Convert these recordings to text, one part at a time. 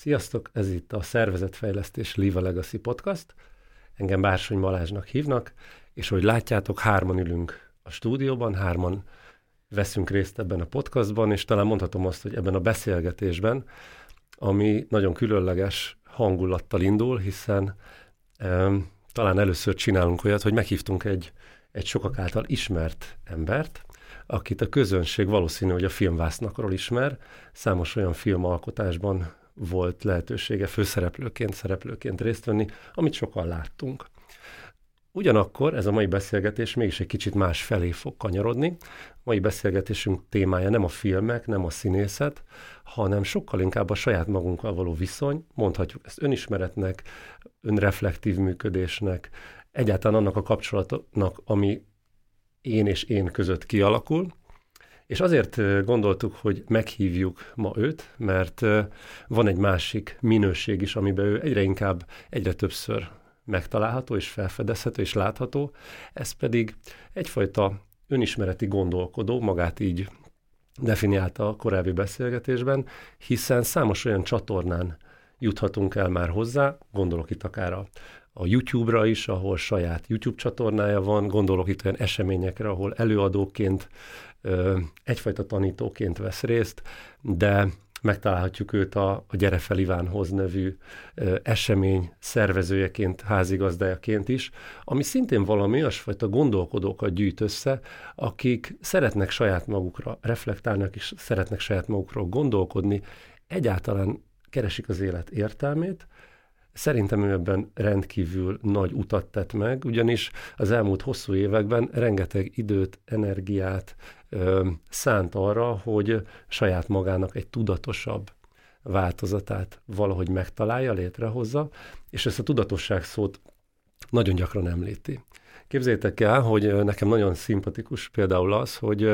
Sziasztok, ez itt a Szervezetfejlesztés Live a Legacy Podcast. Engem Bársony Balázsnak hívnak, és ahogy látjátok, 3-an ülünk a stúdióban, 3-an veszünk részt ebben a podcastban, és talán mondhatom azt, hogy ebben a beszélgetésben, ami nagyon különleges hangulattal indul, hiszen talán először csinálunk olyat, hogy meghívtunk egy sokak által ismert embert, akit a közönség valószínű, hogy a Filmvásznakról ismer. Számos olyan filmalkotásban volt lehetősége szereplőként részt venni, amit sokan láttunk. Ugyanakkor ez a mai beszélgetés mégis egy kicsit más felé fog kanyarodni. A mai beszélgetésünk témája nem a filmek, nem a színészet, hanem sokkal inkább a saját magunkkal való viszony, mondhatjuk ezt önismeretnek, önreflektív működésnek, egyáltalán annak a kapcsolatnak, ami én és én között kialakul. És azért gondoltuk, hogy meghívjuk ma őt, mert van egy másik minőség is, amiben ő egyre többször megtalálható és felfedezhető és látható. Ez pedig egyfajta önismereti gondolkodó, magát így definiálta a korábbi beszélgetésben, hiszen számos olyan csatornán juthatunk el már hozzá, gondolok itt akár a YouTube-ra is, ahol saját YouTube csatornája van, gondolok itt olyan eseményekre, ahol előadóként, egyfajta tanítóként vesz részt, de megtalálhatjuk őt a Gyere fel Ivánhoz nevű esemény szervezőjeként, házigazdájaként is, ami szintén valami olyasfajta gondolkodókat gyűjt össze, akik szeretnek saját magukra reflektálni, és szeretnek saját magukról gondolkodni, egyáltalán keresik az élet értelmét. Szerintem ő ebben rendkívül nagy utat tett meg, ugyanis az elmúlt hosszú években rengeteg időt, energiát szánt arra, hogy saját magának egy tudatosabb változatát valahogy megtalálja, létrehozza, és ezt a tudatosság szót nagyon gyakran említi. Képzeljétek el, hogy nekem nagyon szimpatikus például az, hogy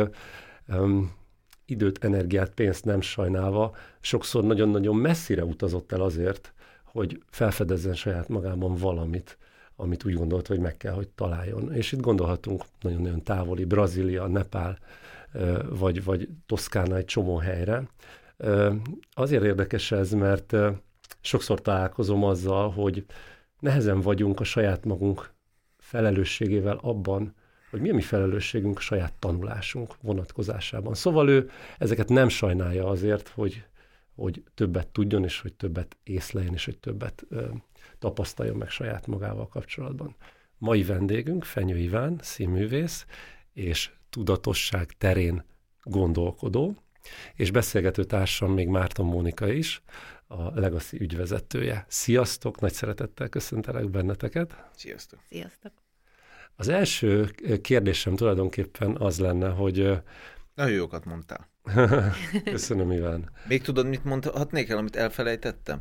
időt, energiát, pénzt nem sajnálva sokszor nagyon-nagyon messzire utazott el azért, hogy felfedezzen saját magában valamit, amit úgy gondolt, hogy meg kell, hogy találjon. És itt gondolhatunk nagyon-nagyon távoli, Brazília, Nepál, vagy Toszkána, egy csomó helyre. Azért érdekes ez, mert sokszor találkozom azzal, hogy nehezen vagyunk a saját magunk felelősségével abban, hogy mi a mi felelősségünk a saját tanulásunk vonatkozásában. Szóval ő ezeket nem sajnálja azért, hogy többet tudjon, és hogy többet észleljen, és hogy többet tapasztaljon meg saját magával kapcsolatban. Mai vendégünk Fenyő Iván, színművész, és tudatosság terén gondolkodó, és beszélgető társam még Márton Mónika is, a Legacy ügyvezetője. Sziasztok, nagy szeretettel köszöntelek benneteket. Sziasztok. Sziasztok. Az első kérdésem tulajdonképpen az lenne, hogy... Nagyon jókat mondtál. Köszönöm, Iván. Még tudod, mit mondhatnék el, amit elfelejtettem?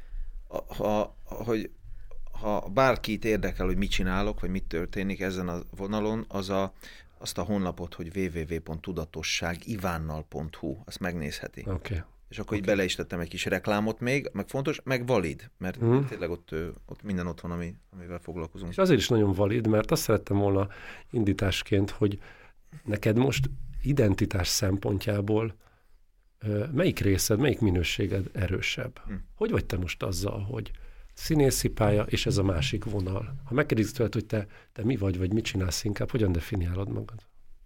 Ha bárkit érdekel, hogy mit csinálok, vagy mit történik ezen a vonalon, azt a honlapot, hogy www.tudatosságivánnal.hu, azt megnézheti. Okay. És akkor így bele is tettem egy kis reklámot még, meg fontos, meg valid, mert tényleg ott minden ott van, amivel foglalkozunk. És azért is nagyon valid, mert azt szerettem volna indításként, hogy neked most identitás szempontjából melyik részed, melyik minőséged erősebb? Hogy vagy te most azzal, hogy színészi pálya, és ez a másik vonal? Ha megkérdezik tőled, hogy te mi vagy mit csinálsz inkább, hogyan definiálod magad?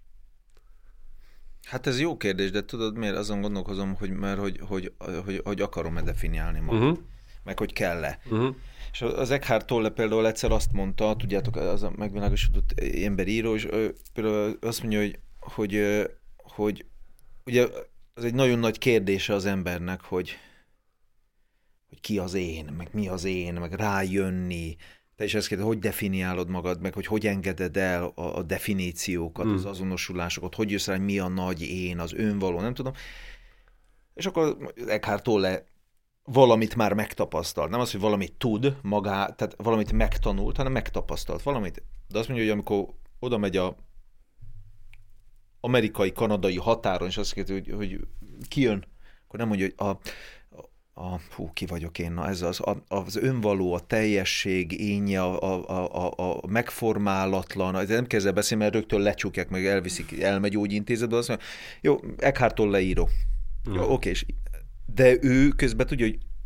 Hát ez jó kérdés, de tudod miért? Azon gondolkozom, hogy akarom-e definiálni magam, meg hogy kell-e. És az Eckhart Tolle például egyszer azt mondta, tudjátok, az a megvilágosodott emberíró, és például azt mondja, hogy ugye az egy nagyon nagy kérdése az embernek, hogy ki az én, meg mi az én, meg rájönni. Te is ezt kérdez, hogy definiálod magad, meg hogy engeded el a definíciókat, az azonosulásokat, hogy jössz rá, hogy mi a nagy én, az önvaló, nem tudom. És akkor Eckhart Tolle valamit már megtapasztalt. Nem az, hogy valamit tud tehát valamit megtanult, hanem megtapasztalt valamit. De azt mondja, hogy amikor oda megy a amerikai-kanadai határon, és azt kérdezi, hogy ki jön, akkor nem mondja, hogy ki vagyok én, ez az önvaló, a teljesség énje, a megformálatlan, nem kezd el beszélni, mert rögtön lecsukják, meg elviszik, elmegy gyógyintézetbe, azt mondja, jó, Eckhart Tolle leíró. Jó, oké, de ő közben tudja, hogy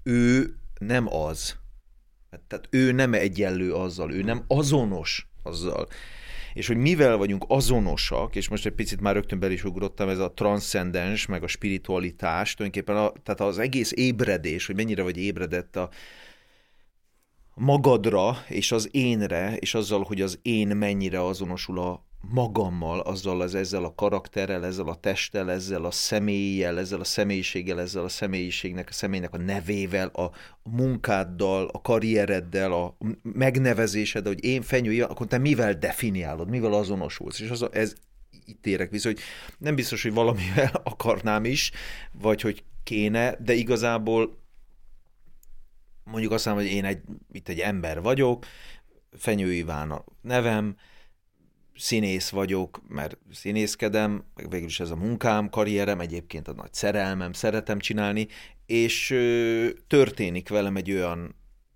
ő nem az. Tehát ő nem egyenlő azzal, ő nem azonos azzal. És hogy mivel vagyunk azonosak, és most egy picit már rögtön bel is ugrottam, ez a transzcendens, meg a spiritualitás, tulajdonképpen tehát az egész ébredés, hogy mennyire vagy ébredett a magadra, és az énre, és azzal, hogy az én mennyire azonosul a magammal, ezzel a karakterrel, ezzel a testtel, ezzel a személlyel, ezzel a személyiséggel, ezzel a személynek a nevével, a munkáddal, a karriereddel, a megnevezéseddel, hogy én Fenyő, akkor te mivel definiálod, mivel azonosulsz? És ez itt érek vissza, hogy nem biztos, hogy valamivel akarnám is, vagy hogy kéne, de igazából mondjuk azt mondom, hogy én itt egy ember vagyok, Fenyő Iván a nevem, színész vagyok, mert színészkedem, meg végül is ez a munkám, karrierem, egyébként a nagy szerelmem, szeretem csinálni, és történik velem egy olyan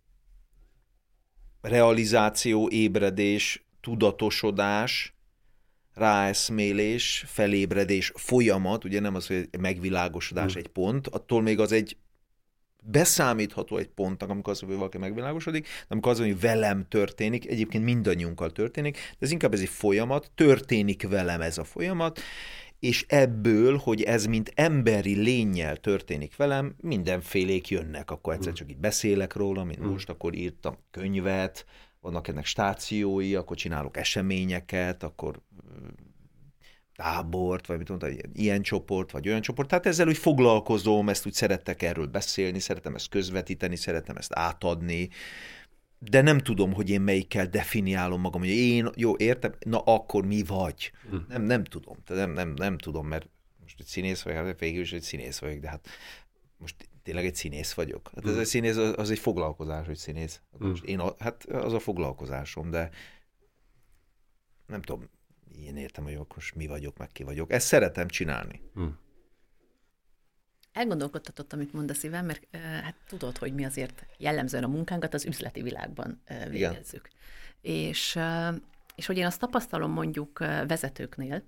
realizáció, ébredés, tudatosodás, ráeszmélés, felébredés, folyamat, ugye nem az, hogy egy megvilágosodás egy pont, attól még az egy beszámítható egy pontnak, amikor az, hogy valaki megvilágosodik, de amikor az, hogy velem történik, egyébként mindannyiunkkal történik, de ez inkább ez egy folyamat, történik velem ez a folyamat, és ebből, hogy ez mint emberi lénnyel történik velem, mindenfélék jönnek, akkor egyszer csak így beszélek róla, mint most, akkor írtam könyvet, vannak ennek stációi, akkor csinálok eseményeket, akkor tábort, vagy mit mondta, ilyen csoport, vagy olyan csoport. Tehát ezzel úgy foglalkozom, ezt úgy szerettek erről beszélni, szeretem ezt közvetíteni, szeretem ezt átadni, de nem tudom, hogy én melyikkel definiálom magam, hogy én, jó, értem, na akkor mi vagy? Nem tudom. Nem tudom, mert most egy színész vagyok, hát végül is egy színész vagyok, de hát most tényleg egy színész vagyok. Hát ez egy színész, az egy foglalkozás, hogy színész. Hát az a foglalkozásom, de nem tudom, én értem, hogy most mi vagyok, meg ki vagyok. Ezt szeretem csinálni. Elgondolkodtatott, amit mondasz, Iván, mert hát tudod, hogy mi azért jellemzően a munkánkat az üzleti világban végezzük. És hogy én azt tapasztalom mondjuk vezetőknél,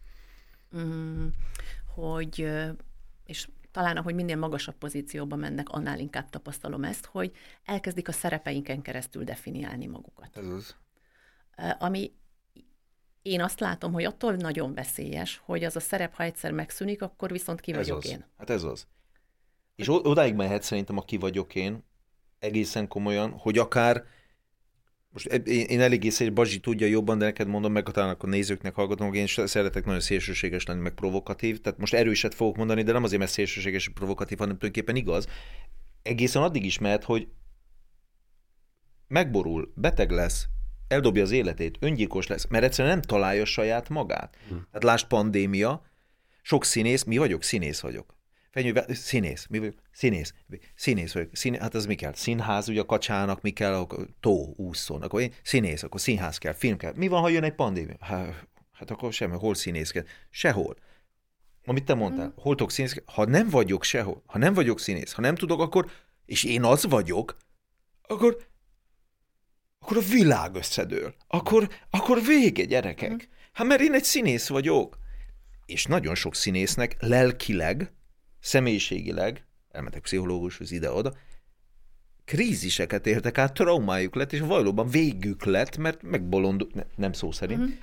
hogy, és talán ahogy minél magasabb pozícióban mennek, annál inkább tapasztalom ezt, hogy elkezdik a szerepeinken keresztül definiálni magukat. Ez az. Ami én azt látom, hogy attól nagyon veszélyes, hogy az a szerep, ha egyszer megszűnik, akkor viszont ki vagyok én. Hát ez az. És odáig mehet szerintem a ki vagyok én, egészen komolyan, hogy akár, most én eléggé szépen, Bazsi tudja jobban, de neked mondom, meg talán akkor nézőknek hallgatom, én szeretek nagyon szélsőséges lenni, meg provokatív, tehát most erőset fogok mondani, de nem azért, mert szélsőséges és provokatív, hanem tulajdonképpen igaz. Egészen addig is mehet, hogy megborul, beteg lesz, eldobja az életét, öngyilkos lesz, mert egyszerűen nem találja saját magát. Tehát lásd, pandémia, sok színész, mi vagyok? Színész vagyok. Színész, mi vagyok? Színész vagyok. Hát az mi kell? Színház, ugye a kacsának mi kell? Tó, úszón. Akkor én színész, akkor színház kell, film kell. Mi van, ha jön egy pandémia? Hát akkor semmi, hol színészkedni? Sehol. Amit te mondtál, hol tudok színészkedni? Ha nem vagyok sehol, ha nem vagyok színész, ha nem tudok, akkor, és én az vagyok, akkor a világ összedől. Akkor vége, gyerekek. Hát mert én egy színész vagyok. És nagyon sok színésznek lelkileg, személyiségileg, elmentek pszichológushoz ide-oda, kríziseket éltek át, traumájuk lett, és valóban végük lett, mert megbolondult, nem szó szerint,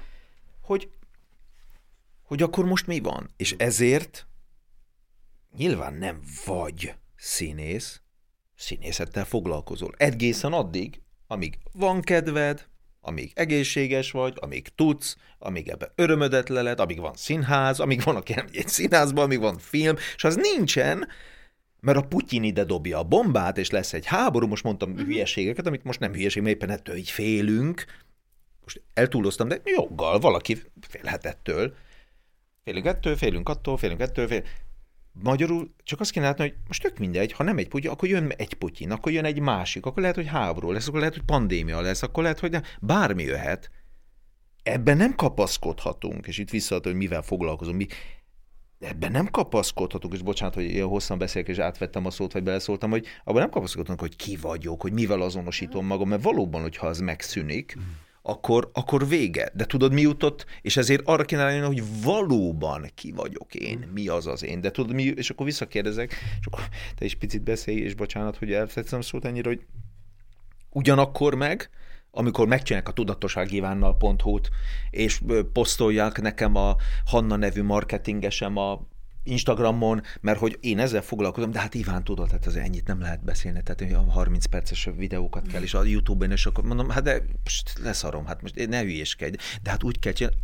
hogy akkor most mi van. És ezért nyilván nem vagy színész, színészettel foglalkozol. Egészen addig, amíg van kedved, amíg egészséges vagy, amíg tudsz, amíg ebben örömödet leled, amíg van színház, amíg van egy színházban, amíg van film, és az nincsen, mert a Putyin ide dobja a bombát, és lesz egy háború, most mondtam hülyeségeket, amit most nem hülyeség, mert éppen ettől így félünk. Most eltúloztam, de joggal, valaki félhet ettől. Félünk ettől, félünk attól, félünk ettől, Magyarul csak azt kéne látni, hogy most tök mindegy, ha nem egy Putyin, akkor jön egy Putyin, akkor jön egy másik, akkor lehet, hogy háború lesz, akkor lehet, hogy pandémia lesz, akkor lehet, hogy bármi jöhet. Ebben nem kapaszkodhatunk, és itt visszaadom, hogy mivel foglalkozom. Ebben nem kapaszkodhatunk, és bocsánat, hogy ilyen hosszan beszélek, és átvettem a szót, vagy beleszóltam, hogy abban nem kapaszkodhatunk, hogy ki vagyok, hogy mivel azonosítom magam, mert valóban, hogyha az megszűnik, akkor vége. De tudod, mi jutott? És ezért arra kéne lenni, hogy valóban ki vagyok én, mi az én. De tudod, mi, és akkor visszakérdezek, és akkor te is picit beszélj, és bocsánat, hogy elfetszem szót ennyire, hogy ugyanakkor meg, amikor megcsinálják a tudatosságívánnal.hu-t, és posztolják nekem a Hanna nevű marketingesem a Instagramon, mert hogy én ezzel foglalkozom, de hát Iván, tudod, hát az ennyit nem lehet beszélni, tehát 30 perces videókat kell, és a YouTube-on, és akkor mondom, hát de most leszarom, hát most ne hülyéskedj, de hát úgy kell csinálni,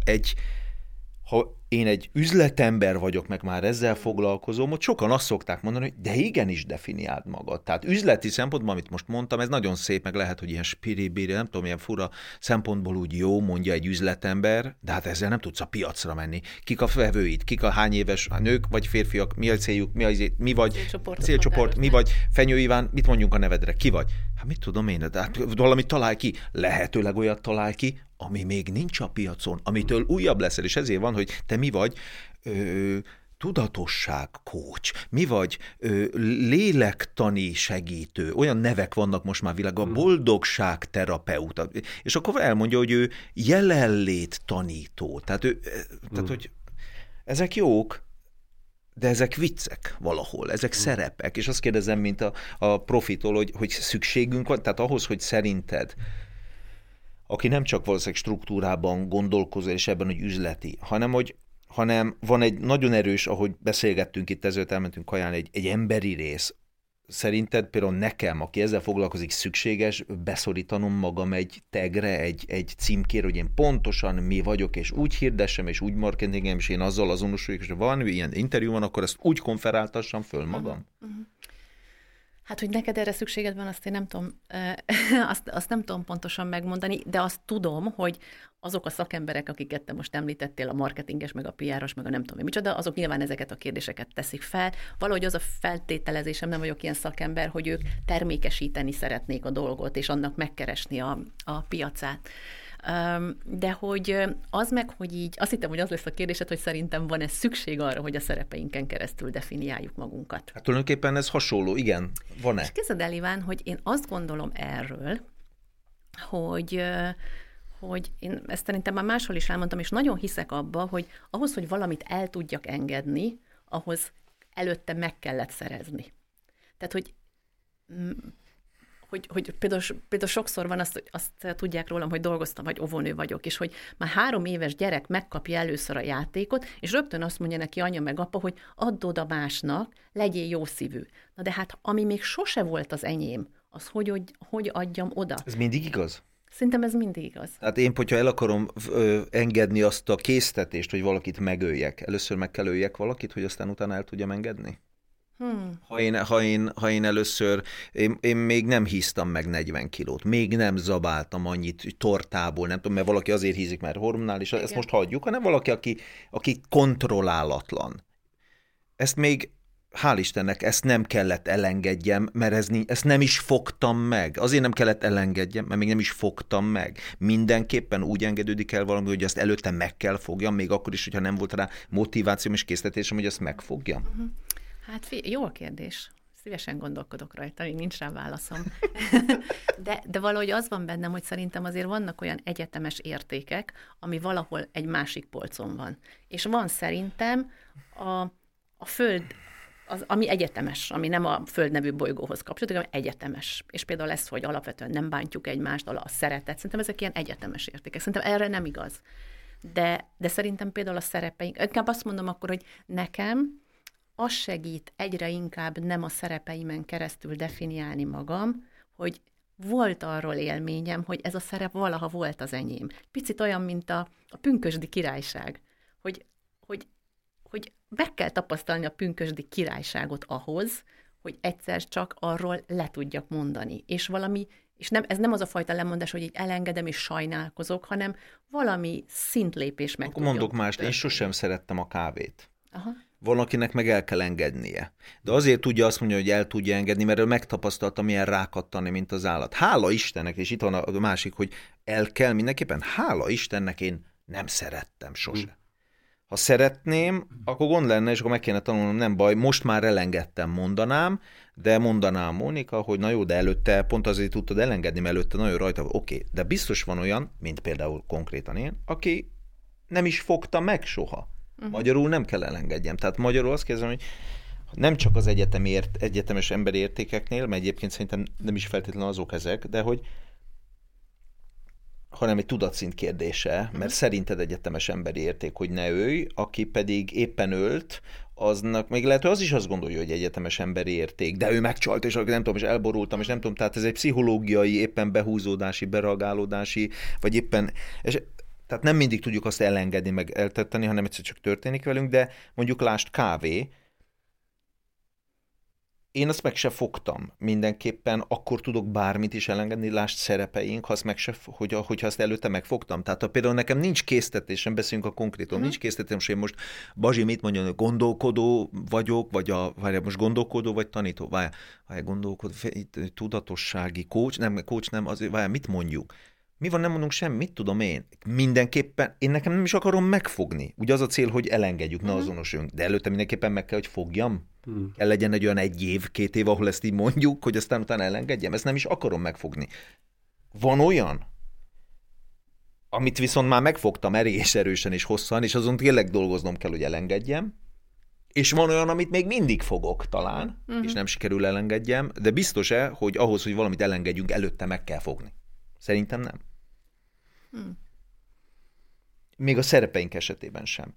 ha én egy üzletember vagyok, meg már ezzel foglalkozom, ott sokan azt szokták mondani, hogy de igenis definiáld magad. Tehát üzleti szempontból, amit most mondtam, ez nagyon szép, meg lehet, hogy ilyen spiribiri, nem tudom, ilyen fura szempontból úgy jó, mondja egy üzletember, de hát ezzel nem tudsz a piacra menni. Kik a vevőid, kik a hány éves nők vagy férfiak, mi a céljuk, mi vagy célcsoport, mi vagy Fenyő Iván, mit mondjunk a nevedre, ki vagy? Hát mit tudom én, de hát valamit találj ki, lehetőleg olyat találj ki, ami még nincs a piacon, amitől újabb leszel, és ezért van, hogy te mi vagy tudatosság coach, mi vagy lélektani segítő, olyan nevek vannak most már világban, boldogság terapeuta, és akkor elmondja, hogy ő jelenlét tanító, tehát hogy ezek jók, de ezek viccek valahol, ezek szerepek, és azt kérdezem, mint a profitól, hogy szükségünk van, tehát ahhoz, hogy szerinted aki nem csak valószínűleg struktúrában gondolkozol, és ebben, hogy üzleti, hanem van egy nagyon erős, ahogy beszélgettünk itt, ezért elmentünk kajálni, egy emberi rész. Szerinted például nekem, aki ezzel foglalkozik, szükséges beszorítanom magam egy tagre, egy címkére, hogy én pontosan mi vagyok, és úgy hirdessem, és úgy marketingem, és én azzal azonosuljak, és ha valami ilyen interjú van, akkor ezt úgy konferáltassam föl magam? Hát, hogy neked erre szükséged van, azt én nem tudom, azt nem tudom pontosan megmondani, de azt tudom, hogy azok a szakemberek, akiket te most említettél, a marketinges, meg a PR-os, meg a nem tudom micsoda, azok nyilván ezeket a kérdéseket teszik fel. Valahogy az a feltételezésem, nem vagyok ilyen szakember, hogy ők termékesíteni szeretnék a dolgot, és annak megkeresni a piacát. De hogy az meg, hogy így, azt hittem, hogy az lesz a kérdésed, hogy szerintem van-e szükség arra, hogy a szerepeinken keresztül definiáljuk magunkat. Hát tulajdonképpen ez hasonló, igen, van-e? És képzeld el, Iván, hogy én azt gondolom erről, hogy én ezt szerintem már máshol is elmondtam, és nagyon hiszek abba, hogy ahhoz, hogy valamit el tudjak engedni, ahhoz előtte meg kellett szerezni. Tehát, hogy például sokszor van azt tudják rólam, hogy dolgoztam, vagy óvónő vagyok, és hogy már 3 éves gyerek megkapja először a játékot, és rögtön azt mondja neki anya meg apa, hogy add oda másnak, legyél jó szívű. Na de hát, ami még sose volt az enyém, az hogy adjam oda? Ez mindig igaz? Szerintem ez mindig igaz. Hát én, hogyha el akarom engedni azt a késztetést, hogy valakit megöljek, először meg kell öljek valakit, hogy aztán utána el tudjam engedni? Ha én először, én még nem híztam meg 40 kilót, még nem zabáltam annyit tortából, nem tudom, mert valaki azért hízik, mert hormonál, és ezt most hagyjuk, hanem valaki, aki kontrollálatlan. Ezt még, hál' Istennek, ezt nem kellett elengedjem, mert ezt nem is fogtam meg. Azért nem kellett elengedjem, mert még nem is fogtam meg. Mindenképpen úgy engedődik el valami, hogy ezt előtte meg kell fogjam, még akkor is, hogyha nem volt rá motivációm és késztetésem, hogy ezt megfogjam. Hát jó a kérdés. Szívesen gondolkodok rajta, még nincs rá válaszom. De valahogy az van bennem, hogy szerintem azért vannak olyan egyetemes értékek, ami valahol egy másik polcon van. És van szerintem a Föld, ami egyetemes, ami nem a Föld nevű bolygóhoz kapcsolódik, hanem egyetemes. És például ez, hogy alapvetően nem bántjuk egymást, a szeretet, szerintem ezek ilyen egyetemes értékek. Szerintem erre nem igaz. De szerintem például a szerepeink, inkább azt mondom akkor, hogy nekem az segít egyre inkább nem a szerepeimen keresztül definiálni magam, hogy volt arról élményem, hogy ez a szerep valaha volt az enyém. Picit olyan, mint a pünkösdi királyság, hogy meg kell tapasztalni a pünkösdi királyságot ahhoz, hogy egyszer csak arról le tudjak mondani. És ez nem az a fajta lemondás, hogy így elengedem és sajnálkozok, hanem valami szintlépés meg. Akkor mondok mást, én sosem szerettem a kávét. Aha. Van, akinek meg el kell engednie. De azért tudja azt mondani, hogy el tudja engedni, mert ő megtapasztalta, milyen rákattani, mint az állat. Hála Istennek, és itt van a másik, hogy el kell mindenképpen, hála Istennek én nem szerettem sose. Ha szeretném, akkor gond lenne, és akkor meg kéne tanulnom, nem baj, most már elengedtem, mondanám, de mondanám Mónika, hogy na jó, de előtte pont azért tudtad elengedni, mert előtte nagyon rajta, oké. De biztos van olyan, mint például konkrétan én, aki nem is fogta meg soha. Magyarul nem kell elengedjem. Tehát magyarul azt kérdezem, hogy nem csak az egyetemes emberi értékeknél, mert egyébként szerintem nem is feltétlenül azok ezek, de hogy hanem egy tudatszint kérdése, mert szerinted egyetemes emberi érték, hogy ne ölj, aki pedig éppen ölt, aznak még lehet, hogy az is azt gondolja, hogy egyetemes emberi érték, de ő megcsalt, és nem tudom, és elborultam, és nem tudom, tehát ez egy pszichológiai, éppen behúzódási, bereagálódási, vagy éppen, és tehát nem mindig tudjuk azt elengedni, meg eltetteni, hanem egyszer csak történik velünk, de mondjuk lásd kávé, én azt meg se fogtam. Mindenképpen akkor tudok bármit is elengedni, lásd szerepeink, ha azt hogyha azt előtte megfogtam. Tehát ha például nekem nincs késztetésem, beszélünk a konkréton, nincs késztetésem, hogy én most Bazsi mit mondjon, hogy gondolkodó vagyok, vagy most gondolkodó, vagy tanító, várjál, gondolkodó, tudatossági coach, nem, azért, mit mondjuk? Mi van, nem mondunk semmit, mit tudom én? Mindenképpen, én nekem nem is akarom megfogni. Ugye az a cél, hogy elengedjük, ne azonosuljunk. De előtte mindenképpen meg kell, hogy fogjam. Kell legyen egy olyan 1 év, 2 év, ahol ezt így mondjuk, hogy aztán utána elengedjem. Ezt nem is akarom megfogni. Van olyan, amit viszont már megfogtam és erősen és hosszan, és azon tényleg dolgoznom kell, hogy elengedjem. És van olyan, amit még mindig fogok talán, és nem sikerül elengedjem, de biztos-e, hogy ahhoz, hogy valamit elengedjünk, előtte meg kell fogni? Szerintem nem. Még a szerepeink esetében sem.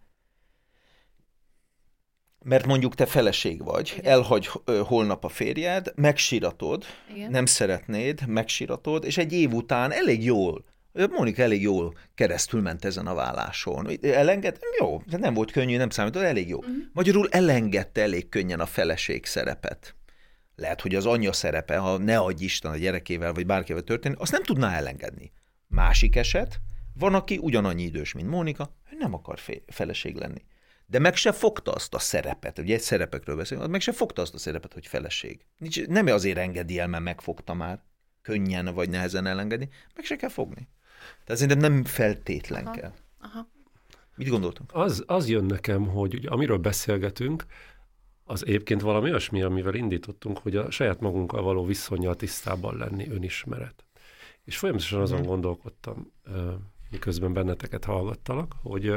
Mert mondjuk te feleség vagy, elhagy holnap a férjed, megsíratod, nem szeretnéd, megsíratod, és egy év után elég jól, Mónika elég jól keresztül ment ezen a válláson. Elenged? Jó, nem volt könnyű, nem számított, elég jó. Magyarul elengedte elég könnyen a feleség szerepet. Lehet, hogy az anyja szerepe, ha ne adj Isten a gyerekével, vagy bárkivel történik, azt nem tudná elengedni. Másik eset, van, aki ugyanannyi idős, mint Mónika, ő nem akar feleség lenni. De meg se fogta azt a szerepet, ugye egy szerepekről beszélünk, meg se fogta azt a szerepet, hogy feleség. Nem azért engedi el, mert megfogta már, könnyen vagy nehezen elengedni, meg se kell fogni. Tehát szerintem nem feltétlen kell. Aha. Mit gondoltunk? Az jön nekem, hogy ugye, amiről beszélgetünk, az egyébként valami olyasmi, amivel indítottunk, hogy a saját magunkkal való viszonnyal tisztában lenni, önismeret. És folyamatosan azon gondolkodtam, miközben benneteket hallgattalak, hogy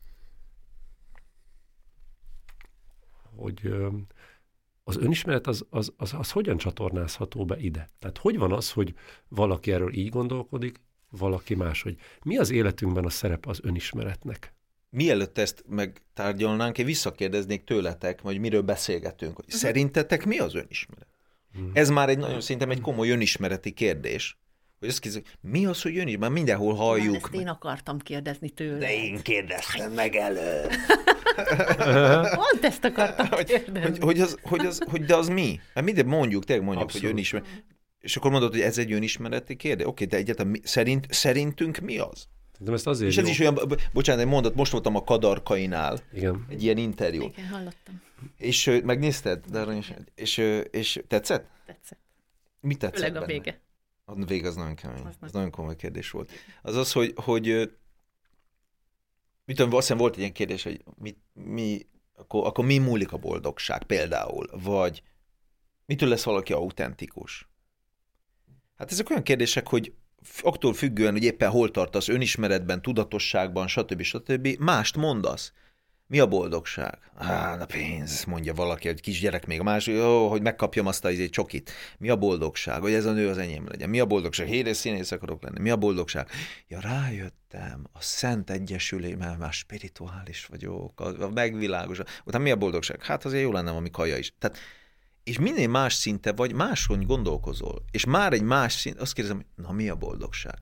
az önismeret az hogyan csatornázható be ide? Tehát hogy van az, hogy valaki erről így gondolkodik, valaki más, hogy mi az életünkben a szerep az önismeretnek? Mielőtt ezt megtárgyalnánk, én visszakérdeznék tőletek, hogy miről beszélgetünk. Hogy szerintetek mi az önismeret? Ez már szerintem egy komoly önismereti kérdés. Hogy azt kérdezik, mi az, hogy önismeret? Már mindenhol halljuk. Ezt én akartam kérdezni tőle. De én kérdeztem meg előtt. Pont ezt akartam kérdezni. De az mi? Hát mindegy mondjuk, tényleg mondjuk, Abszolút. hogy önismeret. És akkor mondod, hogy ez egy önismereti kérdés? Oké, de egyáltalán szerintünk mi az? Ezt azért és ez is olyan, bocsánat, egy mondat, most voltam a Kadarkainál. Igen. Egy ilyen interjú. Igen, hallottam. És megnézted? És tetszett? Tetszett. Mi tetszett Főleg a benne? vége. A vége az nagyon kemény. Az nagyon komoly kérdés volt. Az, hogy mit tudom, azt hiszem volt egy ilyen kérdés, hogy akkor mi múlik a boldogság például? Vagy mitől lesz valaki autentikus? Hát ezek olyan kérdések, hogy attól függően, hogy éppen hol tartasz önismeretben, tudatosságban, stb. Mást mondasz. Mi a boldogság? A pénz, mondja valaki, hogy kisgyerek még más, hogy megkapjam azt a csokit. Mi a boldogság? Hogy ez a nő az enyém legyen. Mi a boldogság? Híres színész akarok lenni. Mi a boldogság? Ja, rájöttem, a szent egyesülés, mert már spirituális vagyok, a megvilágosodás. Utána mi a boldogság? Hát azért jó lenne valami kaja is. Tehát, és minél más szinte vagy, máshogy gondolkozol. És már egy más szint, azt kérdezem, hogy na mi a boldogság?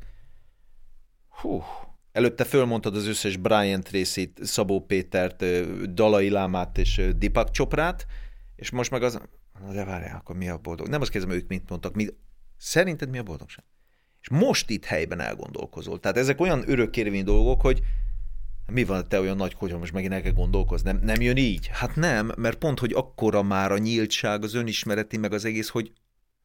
Előtte fölmondtad az összes Brian Tracyt, Szabó Pétert, Dalai Lámát és Deepak Choprát, és most meg az, de várjál, akkor mi a boldog? Nem azt kérdezem, ők mit mondtak, szerinted mi a boldogság? És most itt helyben elgondolkozol. Tehát ezek olyan örökkérvényi dolgok, hogy mi van te olyan nagy, hogy most megint el kell gondolkozni? Nem jön így? Hát nem, mert pont, hogy akkora már a nyíltság, az önismereti, meg az egész, hogy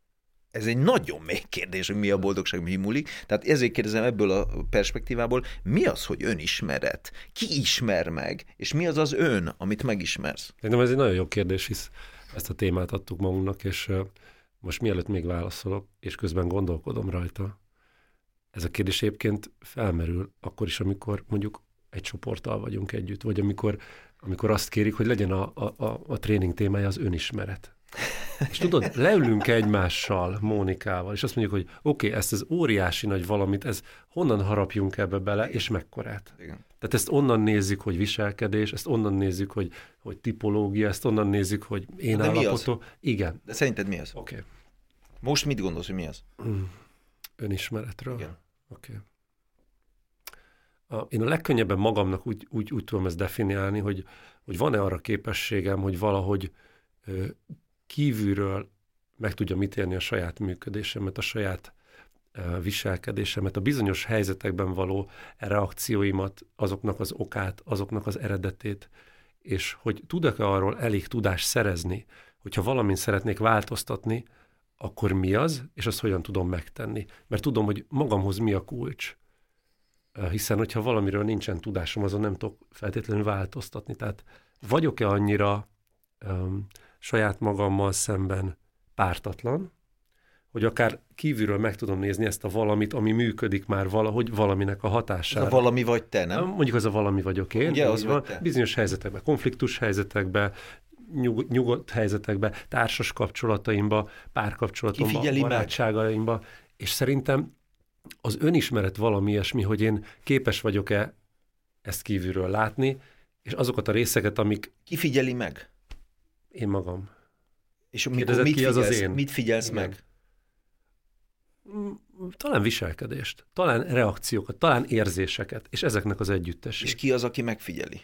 Ez egy nagyon mély kérdés, hogy mi a boldogság, mi múlik. Tehát ezért kérdezem ebből a perspektívából, mi az, hogy önismeret? Ki ismer meg? És mi az az ön, amit megismersz? Szerintem ez egy nagyon jó kérdés, hisz ezt a témát adtuk magunknak, és most mielőtt még válaszolok, és közben gondolkodom rajta, ez a kérdés egyébként felmerül akkor is, amikor mondjuk egy csoporttal vagyunk együtt, vagy amikor azt kérik, hogy legyen a tréning témája az önismeret. És tudod, leülünk egymással, Mónikával, és azt mondjuk, hogy oké, ezt az óriási nagy valamit, ez honnan harapjunk ebbe bele, és mekkorát. Igen. Tehát ezt onnan nézzük, hogy viselkedés, ezt onnan nézzük, hogy tipológia, ezt onnan nézzük, hogy én állapotó. Igen. De szerinted mi az? Oké. Most mit gondolsz, hogy mi az? Önismeretről? Igen. Oké. Én a legkönnyebben magamnak úgy tudom ezt definiálni, hogy van-e arra képességem, hogy valahogy kívülről meg tudjam ítélni a saját működésemet, a saját viselkedésemet, a bizonyos helyzetekben való reakcióimat, azoknak az okát, azoknak az eredetét, és hogy tudok-e arról elég tudást szerezni, hogyha valamin szeretnék változtatni, akkor mi az, és azt hogyan tudom megtenni. Mert tudom, hogy magamhoz mi a kulcs. Hiszen, hogyha valamiről nincsen tudásom, azon nem tudok feltétlenül változtatni. Tehát vagyok-e annyira saját magammal szemben pártatlan, hogy akár kívülről meg tudom nézni ezt a valamit, ami működik már valahogy valaminek a hatására. Ez a valami vagy te, nem? Mondjuk az a valami vagyok én. Ugye, az vagy te. Bizonyos helyzetekben, konfliktus helyzetekben, nyugodt helyzetekben, társas kapcsolataimban, párkapcsolatomban, barátságaimban, és szerintem az önismeret valami ilyesmi, hogy én képes vagyok-e ezt kívülről látni, és azokat a részeket, amik... Ki figyeli meg? Én magam. És mit figyelsz Igen. meg? Talán viselkedést, talán reakciókat, talán érzéseket, és ezeknek az együttesség. És ki az, aki megfigyeli?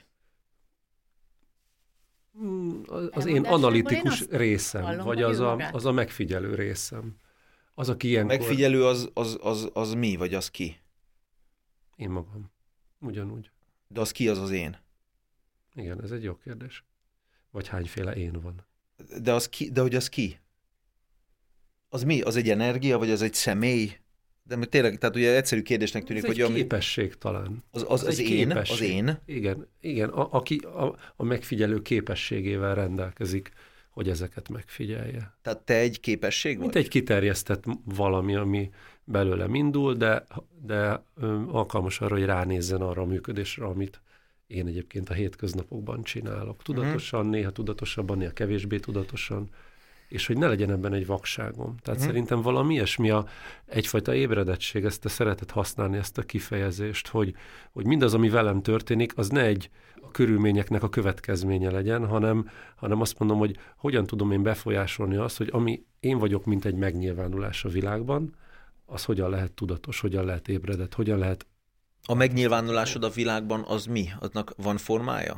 Az én analitikus részem, hallom, vagy az a megfigyelő részem. Az, aki ilyenkor... Megfigyelő az mi, vagy az ki? Én magam. Ugyanúgy. De az ki az én? Igen, ez egy jó kérdés. Vagy hányféle én van? De hogy az ki? Az mi? Az egy energia, vagy az egy személy? De tényleg, tehát ugye egyszerű kérdésnek tűnik, hogy... Ez egy képesség talán. Az én? Az én? Igen. Aki a megfigyelő képességével rendelkezik, hogy ezeket megfigyelje. Tehát te egy képesség vagy? Mint egy kiterjesztett valami, ami belőlem indul, de alkalmas arra, hogy ránézzen arra a működésre, amit én egyébként a hétköznapokban csinálok. Tudatosan, néha tudatosabban, néha kevésbé tudatosan, és hogy ne legyen ebben egy vakságom. Tehát szerintem valami ilyesmi egyfajta ébredettség, ezt te szereted használni, ezt a kifejezést, hogy mindaz, ami velem történik, az ne a körülményeknek a következménye legyen, hanem azt mondom, hogy hogyan tudom én befolyásolni azt, hogy ami én vagyok, mint egy megnyilvánulás a világban, az hogyan lehet tudatos, hogyan lehet ébredett, hogyan lehet... A megnyilvánulásod a világban az mi? Aznak van formája?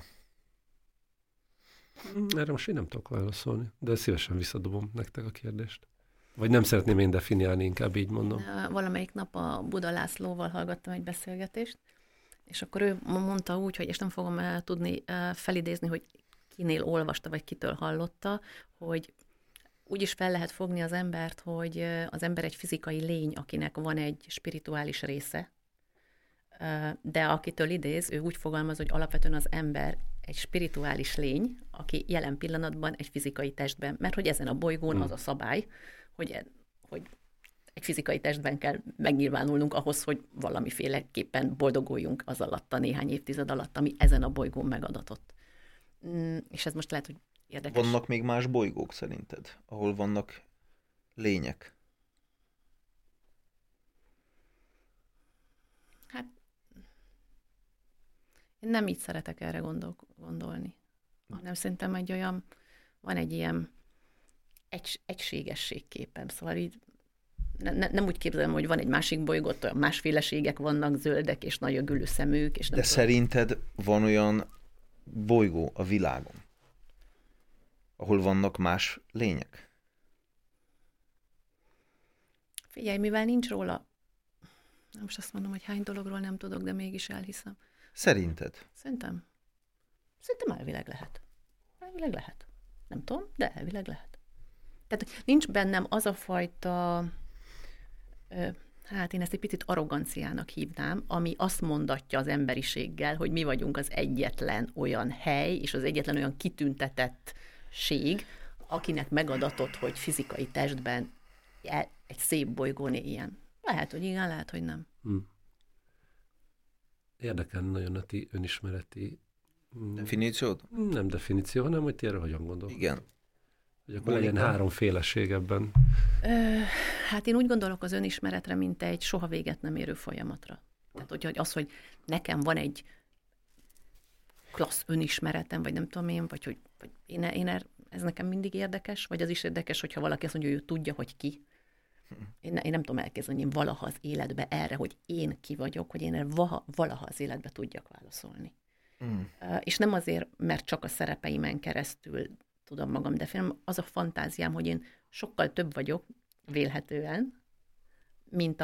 Erre most én nem tudok válaszolni, de szívesen visszadobom nektek a kérdést. Vagy nem szeretném én definiálni, inkább így mondom. Valamelyik nap a Buda Lászlóval hallgattam egy beszélgetést, és akkor ő mondta úgy, hogy, és nem fogom tudni felidézni, hogy kinél olvasta, vagy kitől hallotta, hogy úgy is fel lehet fogni az embert, hogy az ember egy fizikai lény, akinek van egy spirituális része, de akitől idéz, ő úgy fogalmaz, hogy alapvetően az ember egy spirituális lény, aki jelen pillanatban egy fizikai testben, mert hogy ezen a bolygón az a szabály, hogy egy fizikai testben kell megnyilvánulnunk ahhoz, hogy valamiféleképpen boldoguljunk az alatt a néhány évtized alatt, ami ezen a bolygón megadatott. És ez most lehet, hogy érdekes. Vannak még más bolygók szerinted, ahol vannak lények? Hát én nem így szeretek erre gondolni. Hanem szerintem van egy ilyen egységességképem. Szóval így nem úgy képzelem, hogy van egy másik bolygót, olyan másféleségek vannak, zöldek és nagy a gülű szemük. És nem de szerinted van olyan bolygó a világon, ahol vannak más lények? Figyelj, mivel nincs róla, most azt mondom, hogy hány dologról nem tudok, de mégis elhiszem. Szerinted? Szerintem elvileg lehet. Elvileg lehet. Nem tudom, de elvileg lehet. Tehát nincs bennem az a fajta, hát én ezt egy picit arroganciának hívnám, ami azt mondatja az emberiséggel, hogy mi vagyunk az egyetlen olyan hely, és az egyetlen olyan kitüntetettség, akinek megadatott, hogy fizikai testben egy szép bolygón éljen. Lehet, hogy igen, lehet, hogy nem. Érdekelne nagyon a ti önismereti... Definíciód? Nem definíció, hanem hogy ti erre hogyan gondolok. Igen. Hogy akkor legyen háromféleség ebben. Hát én úgy gondolok az önismeretre, mint egy soha véget nem érő folyamatra. Tehát hogy az, hogy nekem van egy klassz önismeretem, vagy nem tudom én, vagy ez nekem mindig érdekes, vagy az is érdekes, hogyha valaki azt mondja, hogy ő tudja, hogy ki. Én nem tudom elkezdeni, én valaha az életbe erre, hogy én ki vagyok, hogy én erre valaha az életbe tudjak válaszolni. És nem azért, mert csak a szerepeimen keresztül tudom magam definiálni, az a fantáziám, hogy én sokkal több vagyok, vélhetően, mint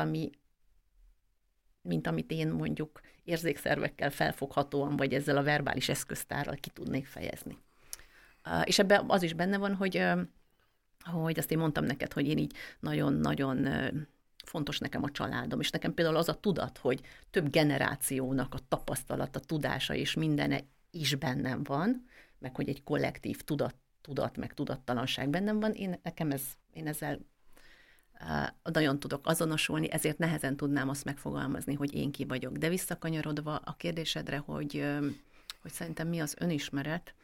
amit én mondjuk érzékszervekkel felfoghatóan, vagy ezzel a verbális eszköztárral ki tudnék fejezni. És ebben az is benne van, hogy azt én mondtam neked, hogy én így nagyon-nagyon fontos nekem a családom, és nekem például az a tudat, hogy több generációnak a tapasztalata, tudása és mindene is bennem van, meg hogy egy kollektív tudat, meg tudattalanság bennem van, én ezzel nagyon tudok azonosulni, ezért nehezen tudnám azt megfogalmazni, hogy én ki vagyok. De visszakanyarodva a kérdésedre, hogy szerintem mi az önismeret,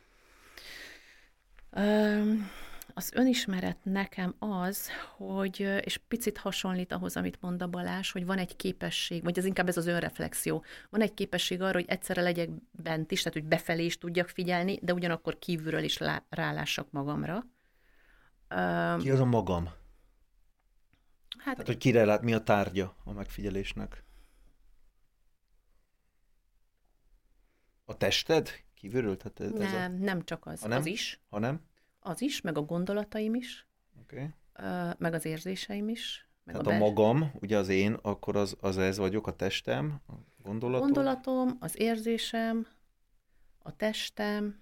az önismeret nekem az, hogy, és picit hasonlít ahhoz, amit mond a Balázs, hogy van egy képesség, vagy inkább ez az önreflexió, van egy képesség arra, hogy egyszerre legyek bent is, tehát hogy befelé is tudjak figyelni, de ugyanakkor kívülről is rálássak magamra. Ki az a magam? Hát, tehát, hogy kire lát, mi a tárgya a megfigyelésnek? A tested? Kívülről? Tehát nem csak az. Ha nem? Az is. Ha nem? Az is, meg a gondolataim is, Okay. Meg az érzéseim is. Meg tehát a magam, ugye az én, akkor az ez vagyok, a testem, a gondolatom, az érzésem, a testem,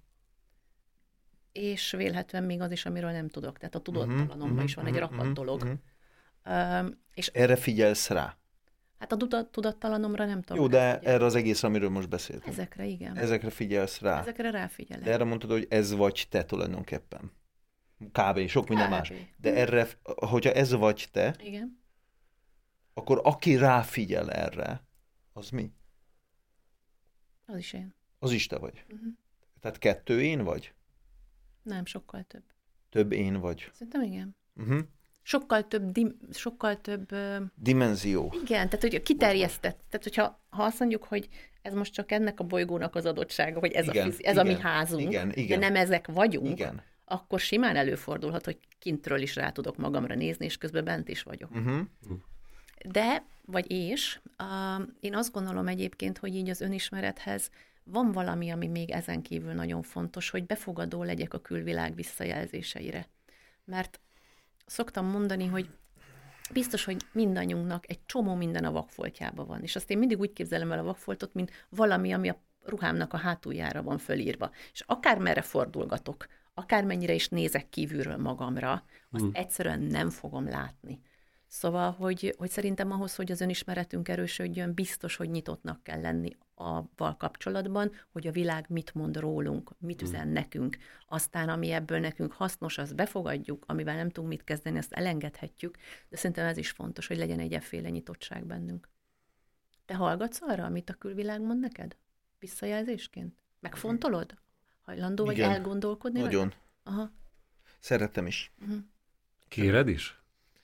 és vélhetően még az is, amiről nem tudok. Tehát a tudattalanomban is van egy rakat dolog. És erre figyelsz rá? Hát a tudattalanomra nem tudom. Jó, de erre az egész, amiről most beszéltünk. Ezekre, igen. Ezekre figyelsz rá. Ezekre ráfigyelek. De erre mondtad, hogy ez vagy te tulajdonképpen. Kb. Sok minden más. De erre, hogyha ez vagy te, igen, akkor aki ráfigyel erre, az mi? Az is én. Az is te vagy. Tehát 2 én vagy? Nem, sokkal több. Több én vagy. Szerintem igen. Sokkal több... Dimenzió. Igen, tehát hogy kiterjesztett. Tehát hogyha azt mondjuk, hogy ez most csak ennek a bolygónak az adottsága, hogy ez a mi házunk, de nem ezek vagyunk, akkor simán előfordulhat, hogy kintről is rá tudok magamra nézni, és közben bent is vagyok. De, én azt gondolom egyébként, hogy így az önismerethez van valami, ami még ezen kívül nagyon fontos, hogy befogadó legyek a külvilág visszajelzéseire. Mert szoktam mondani, hogy biztos, hogy mindannyiunknak egy csomó minden a vakfoltjában van. És azt én mindig úgy képzelem el a vakfoltot, mint valami, ami a ruhámnak a hátuljára van fölírva. És akármerre fordulgatok, akármennyire is nézek kívülről magamra, azt egyszerűen nem fogom látni. Szóval, hogy szerintem ahhoz, hogy az önismeretünk erősödjön, biztos, hogy nyitottnak kell lenni avval kapcsolatban, hogy a világ mit mond rólunk, mit üzen nekünk. Aztán, ami ebből nekünk hasznos, azt befogadjuk, amivel nem tudunk mit kezdeni, azt elengedhetjük, de szerintem ez is fontos, hogy legyen egy efféle nyitottság bennünk. Te hallgatsz arra, amit a külvilág mond neked? Visszajelzésként? Megfontolod? Hajlandó vagy elgondolkodni? Nagyon. Aha. Szeretem is. Kéred is?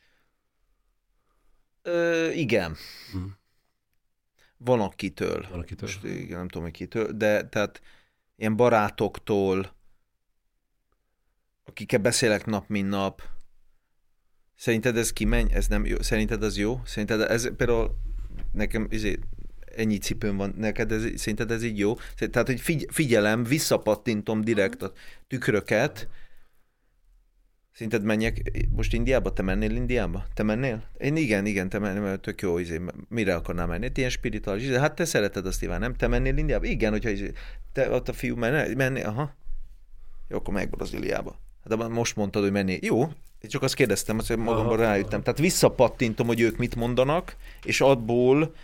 Igen. Van akitől. Most, igen, nem tudom, hogy kitől, de tehát ilyen barátoktól, akikkel beszélek nap, mint nap. Szerinted ez kimenj? Ez nem jó? Szerinted ez jó? Szerinted ez például nekem ennyi cipőm van, neked szerinted ez így jó? Tehát, hogy figyelem, visszapattintom direkt a tükröket. Szerinted menjek most Indiába? Te mennél Indiába? Te mennél? Én igen, te mennél, mert tök jó, mire akarnál menni? Ilyen spirituális, de hát te szereted azt, Iván, nem? Te mennél Indiába? Igen, hogyha te ott a fiú mennél, aha. Jó, akkor meg Brazíliába. De most mondtad, hogy menni. Jó, csak azt kérdeztem, hogy magamban rájöttem. Tehát visszapattintom, hogy ők mit mondanak, és abból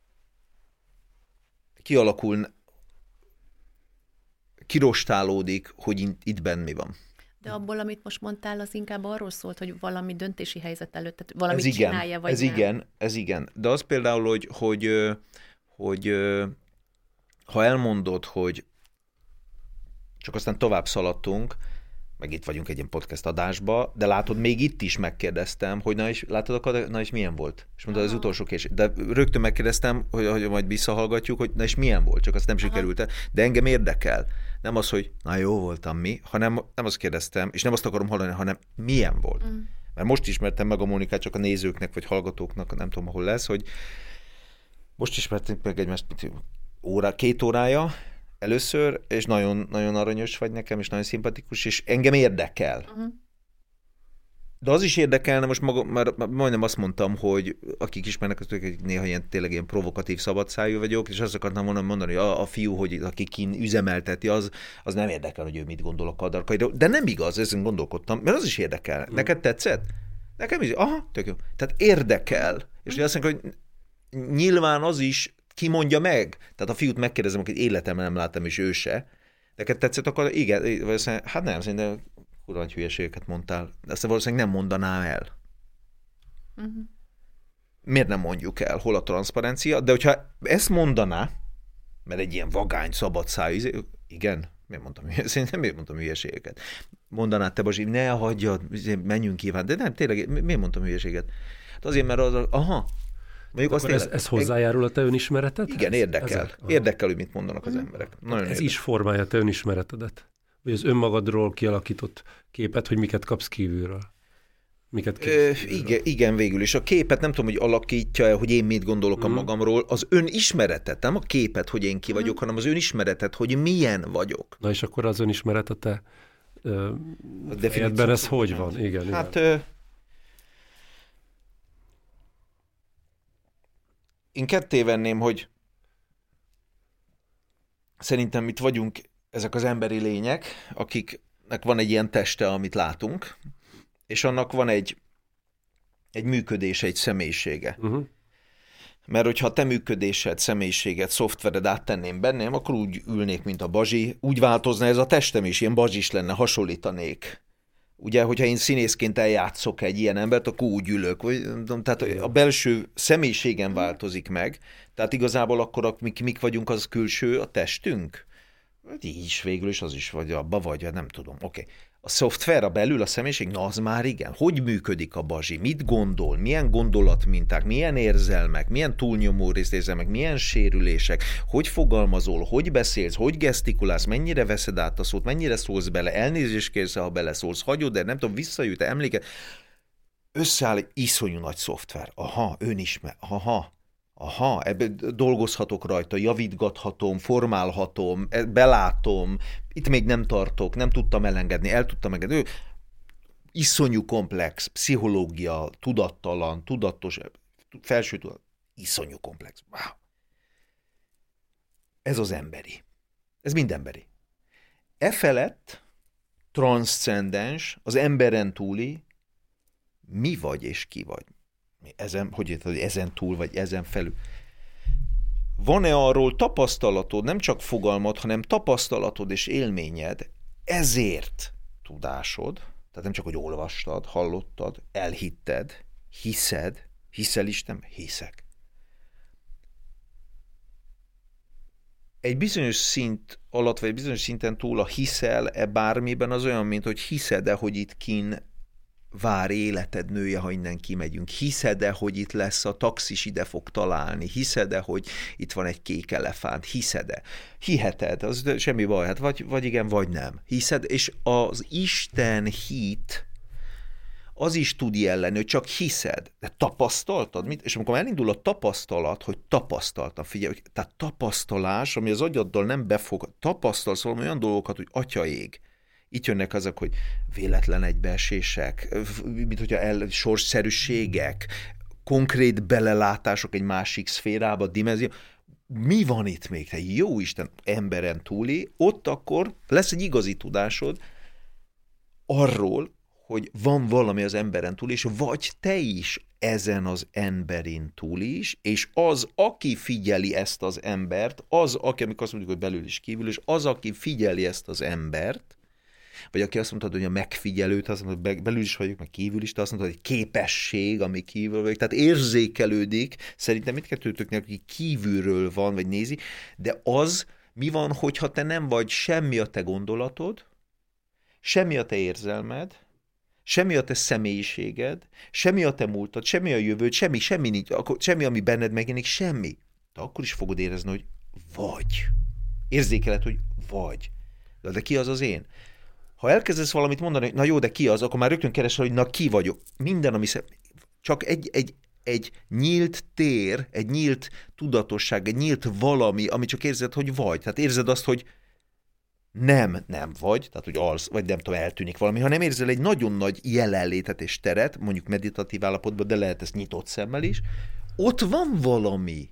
kirostálódik, hogy itt benn mi van. De abból, amit most mondtál, az inkább arról szólt, hogy valami döntési helyzet előtt, tehát valamit csinálja, vagy nem. Ez igen. De az például, hogy ha elmondod, hogy csak aztán tovább szaladtunk, meg itt vagyunk egy ilyen podcast adásba, de látod, még itt is megkérdeztem, hogy na és milyen volt? És mondta, az utolsó késés. De rögtön megkérdeztem, hogy majd visszahallgatjuk, hogy na és milyen volt, csak azt nem sikerült. De engem érdekel. Nem az, hogy na jó voltam mi, hanem nem azt kérdeztem, és nem azt akarom hallani, hanem milyen volt. Mert most ismertem meg a Mónikát, csak a nézőknek, vagy hallgatóknak, nem tudom, ahol lesz, hogy most ismertünk meg egymást 2 órája, először, és nagyon, nagyon aranyos vagy nekem, és nagyon szimpatikus, és engem érdekel. De az is érdekelne, most már majdnem azt mondtam, hogy akik ismernek, hogy néha tényleg ilyen provokatív szabadszájú vagyok, és azt akartam mondani, hogy a fiú, hogy aki kín üzemelteti, az nem érdekel, hogy ő mit gondol a kadarkaidról. De nem igaz, ezen gondolkodtam, mert az is érdekel. Neked tetszett? Nekem is. Aha, tök jó. Tehát érdekel. És azt mondjuk, hogy nyilván az is ki mondja meg? Tehát a fiút megkérdezem, akit életemben nem láttam, és ő se. Neked tetszett, akkor igen, hát nem, szerintem kurva nagy hülyeségeket mondtál. De azt valószínűleg nem mondanám el. Miért nem mondjuk el? Hol a transzparencia? De hogyha ezt mondaná, mert egy ilyen vagány, szabadszájú, igen, miért mondtam hülyeségeket? Mondaná te, Bazsi, ne hagyjad, menjünk kíván. De nem, tényleg, miért mondtam hülyeséget? De azért, mert ez hozzájárul a te önismeretedhez? Igen, érdekel. Érdekel, hogy mit mondanak az emberek. Nagyon ez is formálja a te önismeretedet? Vagy az önmagadról kialakított képet, hogy miket kapsz kívülről? Igen, végül is. A képet nem tudom, hogy alakítja-e, hogy én mit gondolok a magamról. Az önismeretet, nem a képet, hogy én ki vagyok, hanem az önismeretet, hogy milyen vagyok. Na és akkor az önismeret a te fejedben ez hogy van? Igen. Hát... Én ketté venném, hogy szerintem itt vagyunk ezek az emberi lények, akiknek van egy ilyen teste, amit látunk, és annak van egy működése, egy személyisége. Mert hogyha te működésed, személyiséged, szoftvered áttenném bennem, akkor úgy ülnék, mint a Bazsi, úgy változna ez a testem is, ilyen Bazsis lenne, hasonlítanék. Ugye, hogyha én színészként eljátszok egy ilyen embert, akkor úgy ülök. Tehát a belső személyiségem változik meg. Tehát igazából akkor mik vagyunk, az külső, a testünk? Így is végül is, az is vagy abba vagy, nem tudom. Oké. A szoftver, a belül a személyiség, na az már igen. Hogy működik a Bazsi? Mit gondol? Milyen gondolatminták? Milyen érzelmek? Milyen túlnyomó részérzelmek? Milyen sérülések? Hogy fogalmazol? Hogy beszélsz? Hogy gesztikulálsz? Mennyire veszed át a szót? Mennyire szólsz bele? Elnézést kérsz, ha beleszólsz? Hagyod, de nem tudom, visszajut emléket? Összeáll egy iszonyú nagy szoftver. Aha, önismer. Aha, ebbe dolgozhatok rajta, javítgathatom, formálhatom, belátom, itt még nem tartok, nem tudtam elengedni, el tudtam engedni. Iszonyú komplex, pszichológia, tudattalan, tudatos, felső tudat, iszonyú komplex. Wow. Ez az emberi. Ez mind emberi. Felett transzcendens, az emberen túli, mi vagy és ki vagy. Ezen túl, vagy ezen felül. Van-e arról tapasztalatod, nem csak fogalmad, hanem tapasztalatod és élményed, ezért tudásod, tehát nem csak, hogy olvastad, hallottad, elhitted, hiszel is, nem hiszek. Egy bizonyos szint alatt, vagy egy bizonyos szinten túl a hiszel-e bármiben az olyan, mint hogy hiszed-e, hogy itt kin vár életed nője, ha innen kimegyünk. Hiszed-e, hogy itt lesz a taxis, ide fog találni? Hiszed-e, hogy itt van egy kék elefánt? Hiszed-e? Hiheted, az semmi baj, hát vagy igen, vagy nem. Hiszed, és az Isten hit az is tud jellenni, hogy csak hiszed. De tapasztaltad? És amikor elindul a tapasztalat, hogy tapasztaltam, figyelj, tehát tapasztalás, ami az agyaddal nem befog, tapasztalsz valami olyan dolgokat, hogy atyaég. Itt jönnek azok, hogy véletlen egybeesések, mint hogyha sorsszerűségek, konkrét belelátások egy másik szférába, dimenzió. Mi van itt még? Te jó Isten, emberen túli, ott akkor lesz egy igazi tudásod, arról, hogy van valami az emberen túl, és vagy te is ezen az emberin túl is, és az, aki figyeli ezt az embert, az, aki, amikor azt mondjuk, hogy belül is kívül, és az, aki figyeli ezt az embert, vagy aki azt mondtad, hogy a megfigyelőt, azt mondod, hogy belül is vagyok, meg kívül is, te azt mondtad, hogy képesség, ami kívül vagyok, tehát érzékelődik, szerintem mindkettőtöknek, aki kívülről van, vagy nézi, de az, mi van, hogyha te nem vagy semmi a te gondolatod, semmi a te érzelmed, semmi a te személyiséged, semmi a te múltad, semmi a jövőd, semmi, ami benned megjelenik, semmi. De akkor is fogod érezni, hogy vagy. Érzékeled, hogy vagy. De ki az az én? Ha elkezdesz valamit mondani, hogy na jó, de ki az, akkor már rögtön keresel, hogy na ki vagyok. Minden, ami csak egy nyílt tér, egy nyílt tudatosság, egy nyílt valami, ami csak érzed, hogy vagy. Tehát érzed azt, hogy nem vagy, tehát hogy alsz, vagy nem tudom, eltűnik valami, hanem érzel egy nagyon nagy jelenlétet és teret, mondjuk meditatív állapotban, de lehet ezt nyitott szemmel is, ott van valami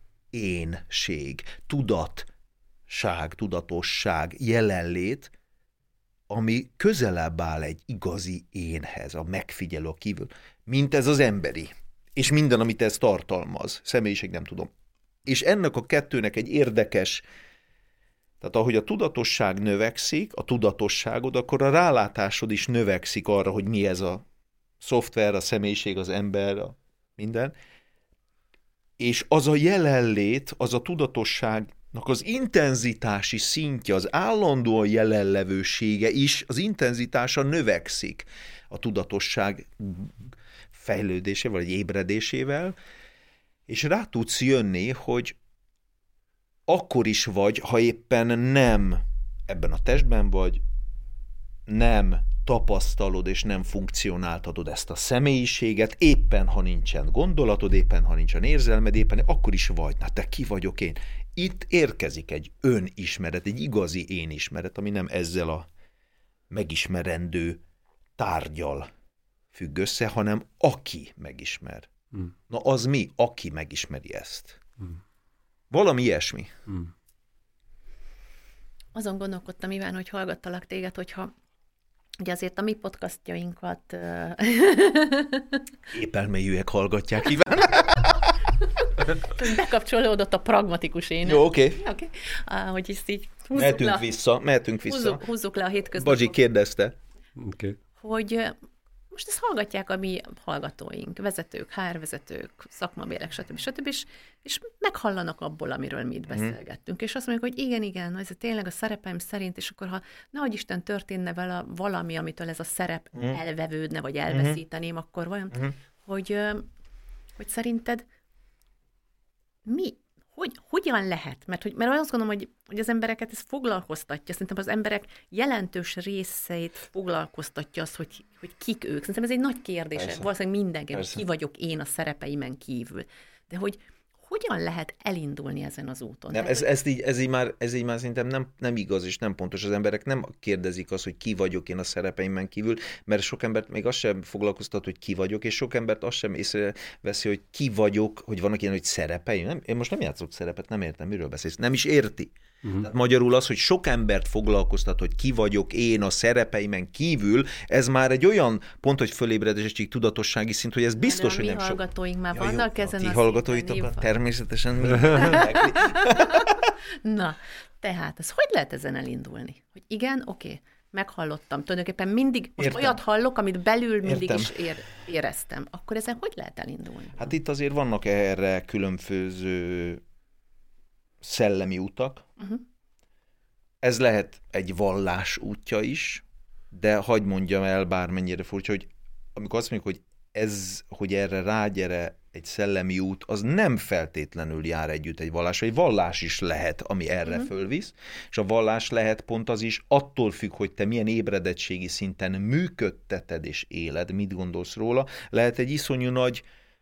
énség, tudatság, tudatosság, jelenlét, ami közelebb áll egy igazi énhez, a megfigyelő, a kívül, mint ez az emberi. És minden, amit ez tartalmaz. Személyiség, nem tudom. És ennek a kettőnek egy érdekes, tehát ahogy a tudatosság növekszik, a tudatosságod, akkor a rálátásod is növekszik arra, hogy mi ez a szoftver, a személyiség, az ember, a minden. És az a jelenlét, az a tudatosságnak az intenzitási szintje, az állandóan jelenlevősége is, az intenzitása növekszik a tudatosság fejlődésével, vagy ébredésével, és rá tudsz jönni, hogy akkor is vagy, ha éppen nem ebben a testben vagy, nem tapasztalod és nem funkcionáltatod ezt a személyiséget, éppen ha nincsen gondolatod, éppen ha nincsen érzelmed, éppen akkor is vagy. Na te ki vagyok én? Itt érkezik egy önismeret, egy igazi énismeret, ami nem ezzel a megismerendő tárgyal függ össze, hanem aki megismer. Na az mi? Aki megismeri ezt. Valami ilyesmi. Azon gondolkodtam, Iván, hogy hallgattalak téged, hogyha ugye azért a mi podcastjainkat... Épelmélyűek hallgatják, Iván. Bekapcsolódott a pragmatikus én. Jó, oké. Hogy ezt így mehetünk vissza. Húzzuk le a hétköznapok. Bazsi kérdezte. Okay. Hogy most ezt hallgatják a mi hallgatóink, vezetők, HR-vezetők, szakmabérek, stb. És meghallanak abból, amiről mi itt beszélgettünk. És azt mondják, hogy igen, ez tényleg a szerepeim szerint, és akkor ha nehogy Isten történne vele valami, amitől ez a szerep elvevődne, vagy elveszíteném, akkor vajon, hogy szerinted hogyan lehet? Mert azt gondolom, hogy az embereket ez foglalkoztatja. Szerintem az emberek jelentős részeit foglalkoztatja az, hogy kik ők. Szerintem ez egy nagy kérdés. Persze. Valószínűleg mindenki, hogy ki vagyok én a szerepeimen kívül. De hogy hogyan lehet elindulni ezen az úton? Nem, ez így már szerintem nem igaz és nem pontos. Az emberek nem kérdezik azt, hogy ki vagyok én a szerepeimben kívül, mert sok embert még azt sem foglalkoztat, hogy ki vagyok, és sok embert azt sem észreveszi, hogy ki vagyok, hogy vannak ilyen, hogy szerepeim. Én most nem játszok szerepet, nem értem, miről beszélsz. Nem is érti. Tehát magyarul az, hogy sok embert foglalkoztat, hogy ki vagyok én a szerepeimen kívül, ez már egy olyan pont, hogy fölébredési tudatossági szint, hogy ez biztos, hogy nem sok. A hallgatóink már vannak ezen a szinten. Hallgatóitok természetesen Na, tehát ez hogy lehet ezen elindulni? Hogy igen, oké, meghallottam. Tulajdonképpen mindig, most olyat hallok, amit belül mindig is éreztem. Akkor ezen hogy lehet elindulni? Hát itt azért vannak erre különböző szellemi utak. Ez lehet egy vallás útja is, de hadd mondjam el, bármennyire furcsa, hogy amikor azt mondjuk, hogy erre rágyere egy szellemi út, az nem feltétlenül jár együtt egy vallás. Egy vallás is lehet, ami erre fölvisz, és a vallás lehet pont az is, attól függ, hogy te milyen ébredettségi szinten működteted és éled, mit gondolsz róla, lehet egy iszonyú nagy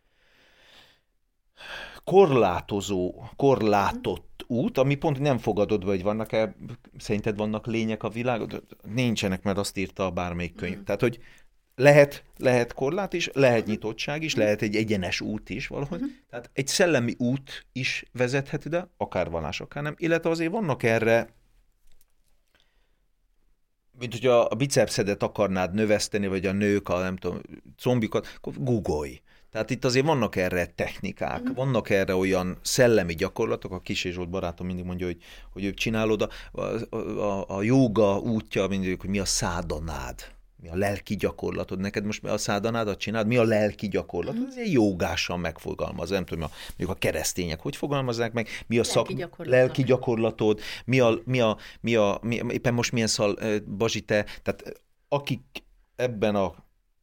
korlátott út, ami pont nem fogadod be, hogy vannak-e, szerinted vannak lények a világon? Nincsenek, mert azt írta bármelyik könyv. Tehát, hogy lehet korlát is, lehet nyitottság is, lehet egy egyenes út is valahogy. Tehát egy szellemi út is vezethet ide, akár vallás, akár nem, illetve azért vannak erre mint hogyha a bicepszedet akarnád növeszteni, vagy a nők, a nem tudom, combikat, akkor googolj. Tehát itt azért vannak erre technikák, vannak erre olyan szellemi gyakorlatok, a Kis Zsolt barátom mindig mondja, hogy ő csinálod, a jóga útja mindig, hogy mi a szádanád, mi a lelki gyakorlatod. Neked most a szádanádat csinálod, mi a lelki gyakorlatod? Ez egy jogásan megfogalmaz, nem tudom, mondjuk a keresztények hogy fogalmazzák meg, mi a lelki gyakorlatod, éppen most milyen Bazsi, te, tehát akik ebben a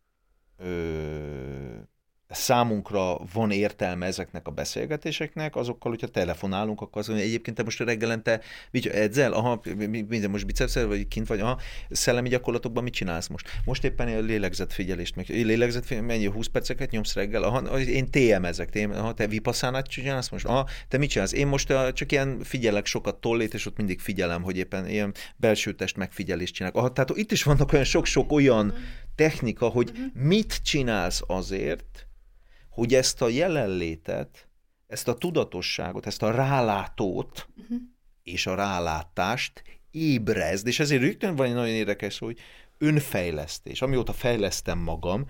számunkra van értelme ezeknek a beszélgetéseknek, azokkal, hogyha telefonálunk, akkor azt mondja, egyébként te most reggelente edzel? Aha, minden most bicepszel, vagy kint vagy? Aha, szellemi gyakorlatokban mit csinálsz most? Most éppen a lélegzetfigyelést meg. Mennyi 20 perceket nyomsz reggel? Aha, én TM-ezek. Aha, te vipasszánát csinálsz most? Aha, te mit csinálsz? Én most csak ilyen figyelek sokat tollét, és ott mindig figyelem, hogy éppen ilyen belső test megfigyelést csinálok. Aha, tehát itt is vannak olyan sok-sok olyan technika, hogy mit csinálsz azért, hogy ezt a jelenlétet, ezt a tudatosságot, ezt a rálátót és a rálátást ébrezd, és ezért rögtön van egy nagyon érdekes, hogy önfejlesztés. Amióta fejlesztem magam,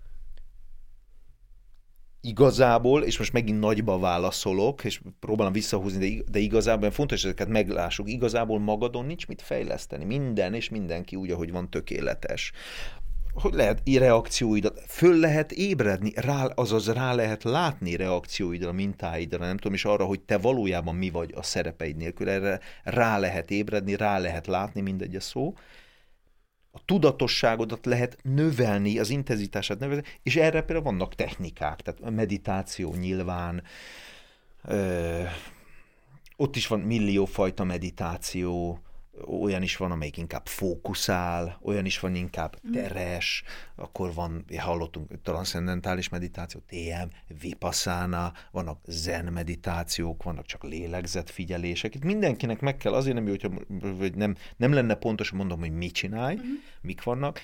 igazából, és most megint nagyba válaszolok, és próbálom visszahúzni, de igazából fontos, hogy ezeket meglássuk, igazából magadon nincs mit fejleszteni. Minden és mindenki úgy, ahogy van, tökéletes. Hogy lehet reakcióidat, föl lehet ébredni, azaz rá lehet látni reakcióidra, mintáidra, nem tudom, és arra, hogy te valójában mi vagy a szerepeid nélkül, erre rá lehet ébredni, rá lehet látni, mindegy a szó. A tudatosságodat lehet növelni, az intenzitását növelni, és erre például vannak technikák, tehát a meditáció nyilván, ott is van milliófajta meditáció, olyan is van, amelyik inkább fókuszál, olyan is van inkább teres, akkor van, hallottunk, transzcendentális meditáció, TM, vipassana, vannak zen meditációk, vannak csak lélegzetfigyelések. Itt mindenkinek meg kell, azért nem jó, hogy nem lenne pontos, mondom, hogy mit csinálj, mik vannak,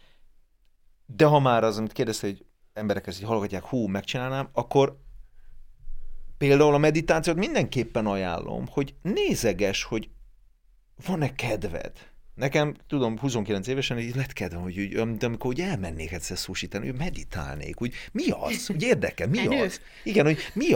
de ha már az, amit kérdezte, hogy emberek ezt így hallgatják, megcsinálnám, akkor például a meditációt mindenképpen ajánlom, hogy nézeges, hogy van-e kedved? Nekem, tudom, 29 évesen így lett kedvem, de amikor úgy elmennék egyszer sushitani, hogy meditálnék, úgy mi az? Úgy érdekel, mi az? Igen, hogy mi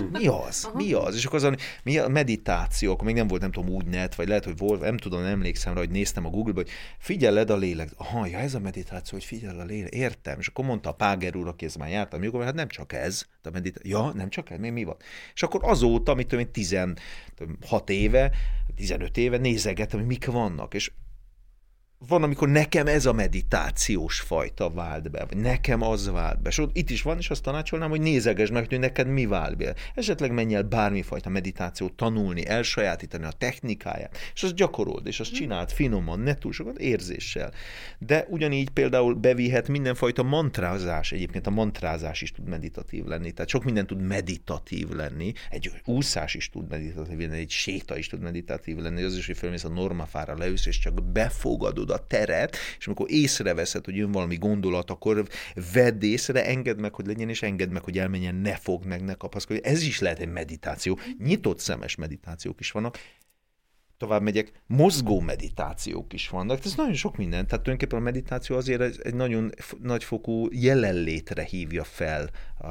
az? És akkor az, mi a meditáció, akkor még nem volt, nem tudom, úgy net, vagy lehet, hogy volt, nem tudom, nem emlékszem rá, hogy néztem a Google-ba, hogy figyeled a lélek. Aha, ja, ez a meditáció, hogy figyel a lélek. Értem. És akkor mondta a Páger úr, aki ezt már jártam, hogy hát nem csak ez, a meditáció. Ja, nem csak ez, még mi van? És akkor azóta, mit tudom én, 16 éve, 15 éve nézegettem, hogy mik vannak, és van, amikor nekem ez a meditációs fajta vált be, vagy nekem az vált be. És itt is van, és azt tanácsolnám, hogy nézegesd meg, hogy neked mi vált be. Esetleg menj el bármifajta meditációt tanulni, elsajátítani a technikáját, és azt gyakorold, és azt csináld finoman, ne túl sokat, érzéssel. De ugyanígy például bevihet mindenfajta mantrázás, egyébként a mantrázás is tud meditatív lenni, tehát sok minden tud meditatív lenni, egy úszás is tud meditatív lenni, egy séta is tud meditatív lenni, az is, hogy fölmész a normafára, leülsz, és csak befogadod a teret, és amikor észreveszed, hogy jön valami gondolat, akkor vedd észre, engedd meg, hogy legyen, és engedd meg, hogy elmenjen, ne fogd meg, ne kapaszkodj. Ez is lehet egy meditáció. Nyitott szemes meditációk is vannak. Tovább megyek, mozgó meditációk is vannak. Ez nagyon sok minden. Tehát tulajdonképpen a meditáció azért egy nagyon nagyfokú jelenlétre hívja fel,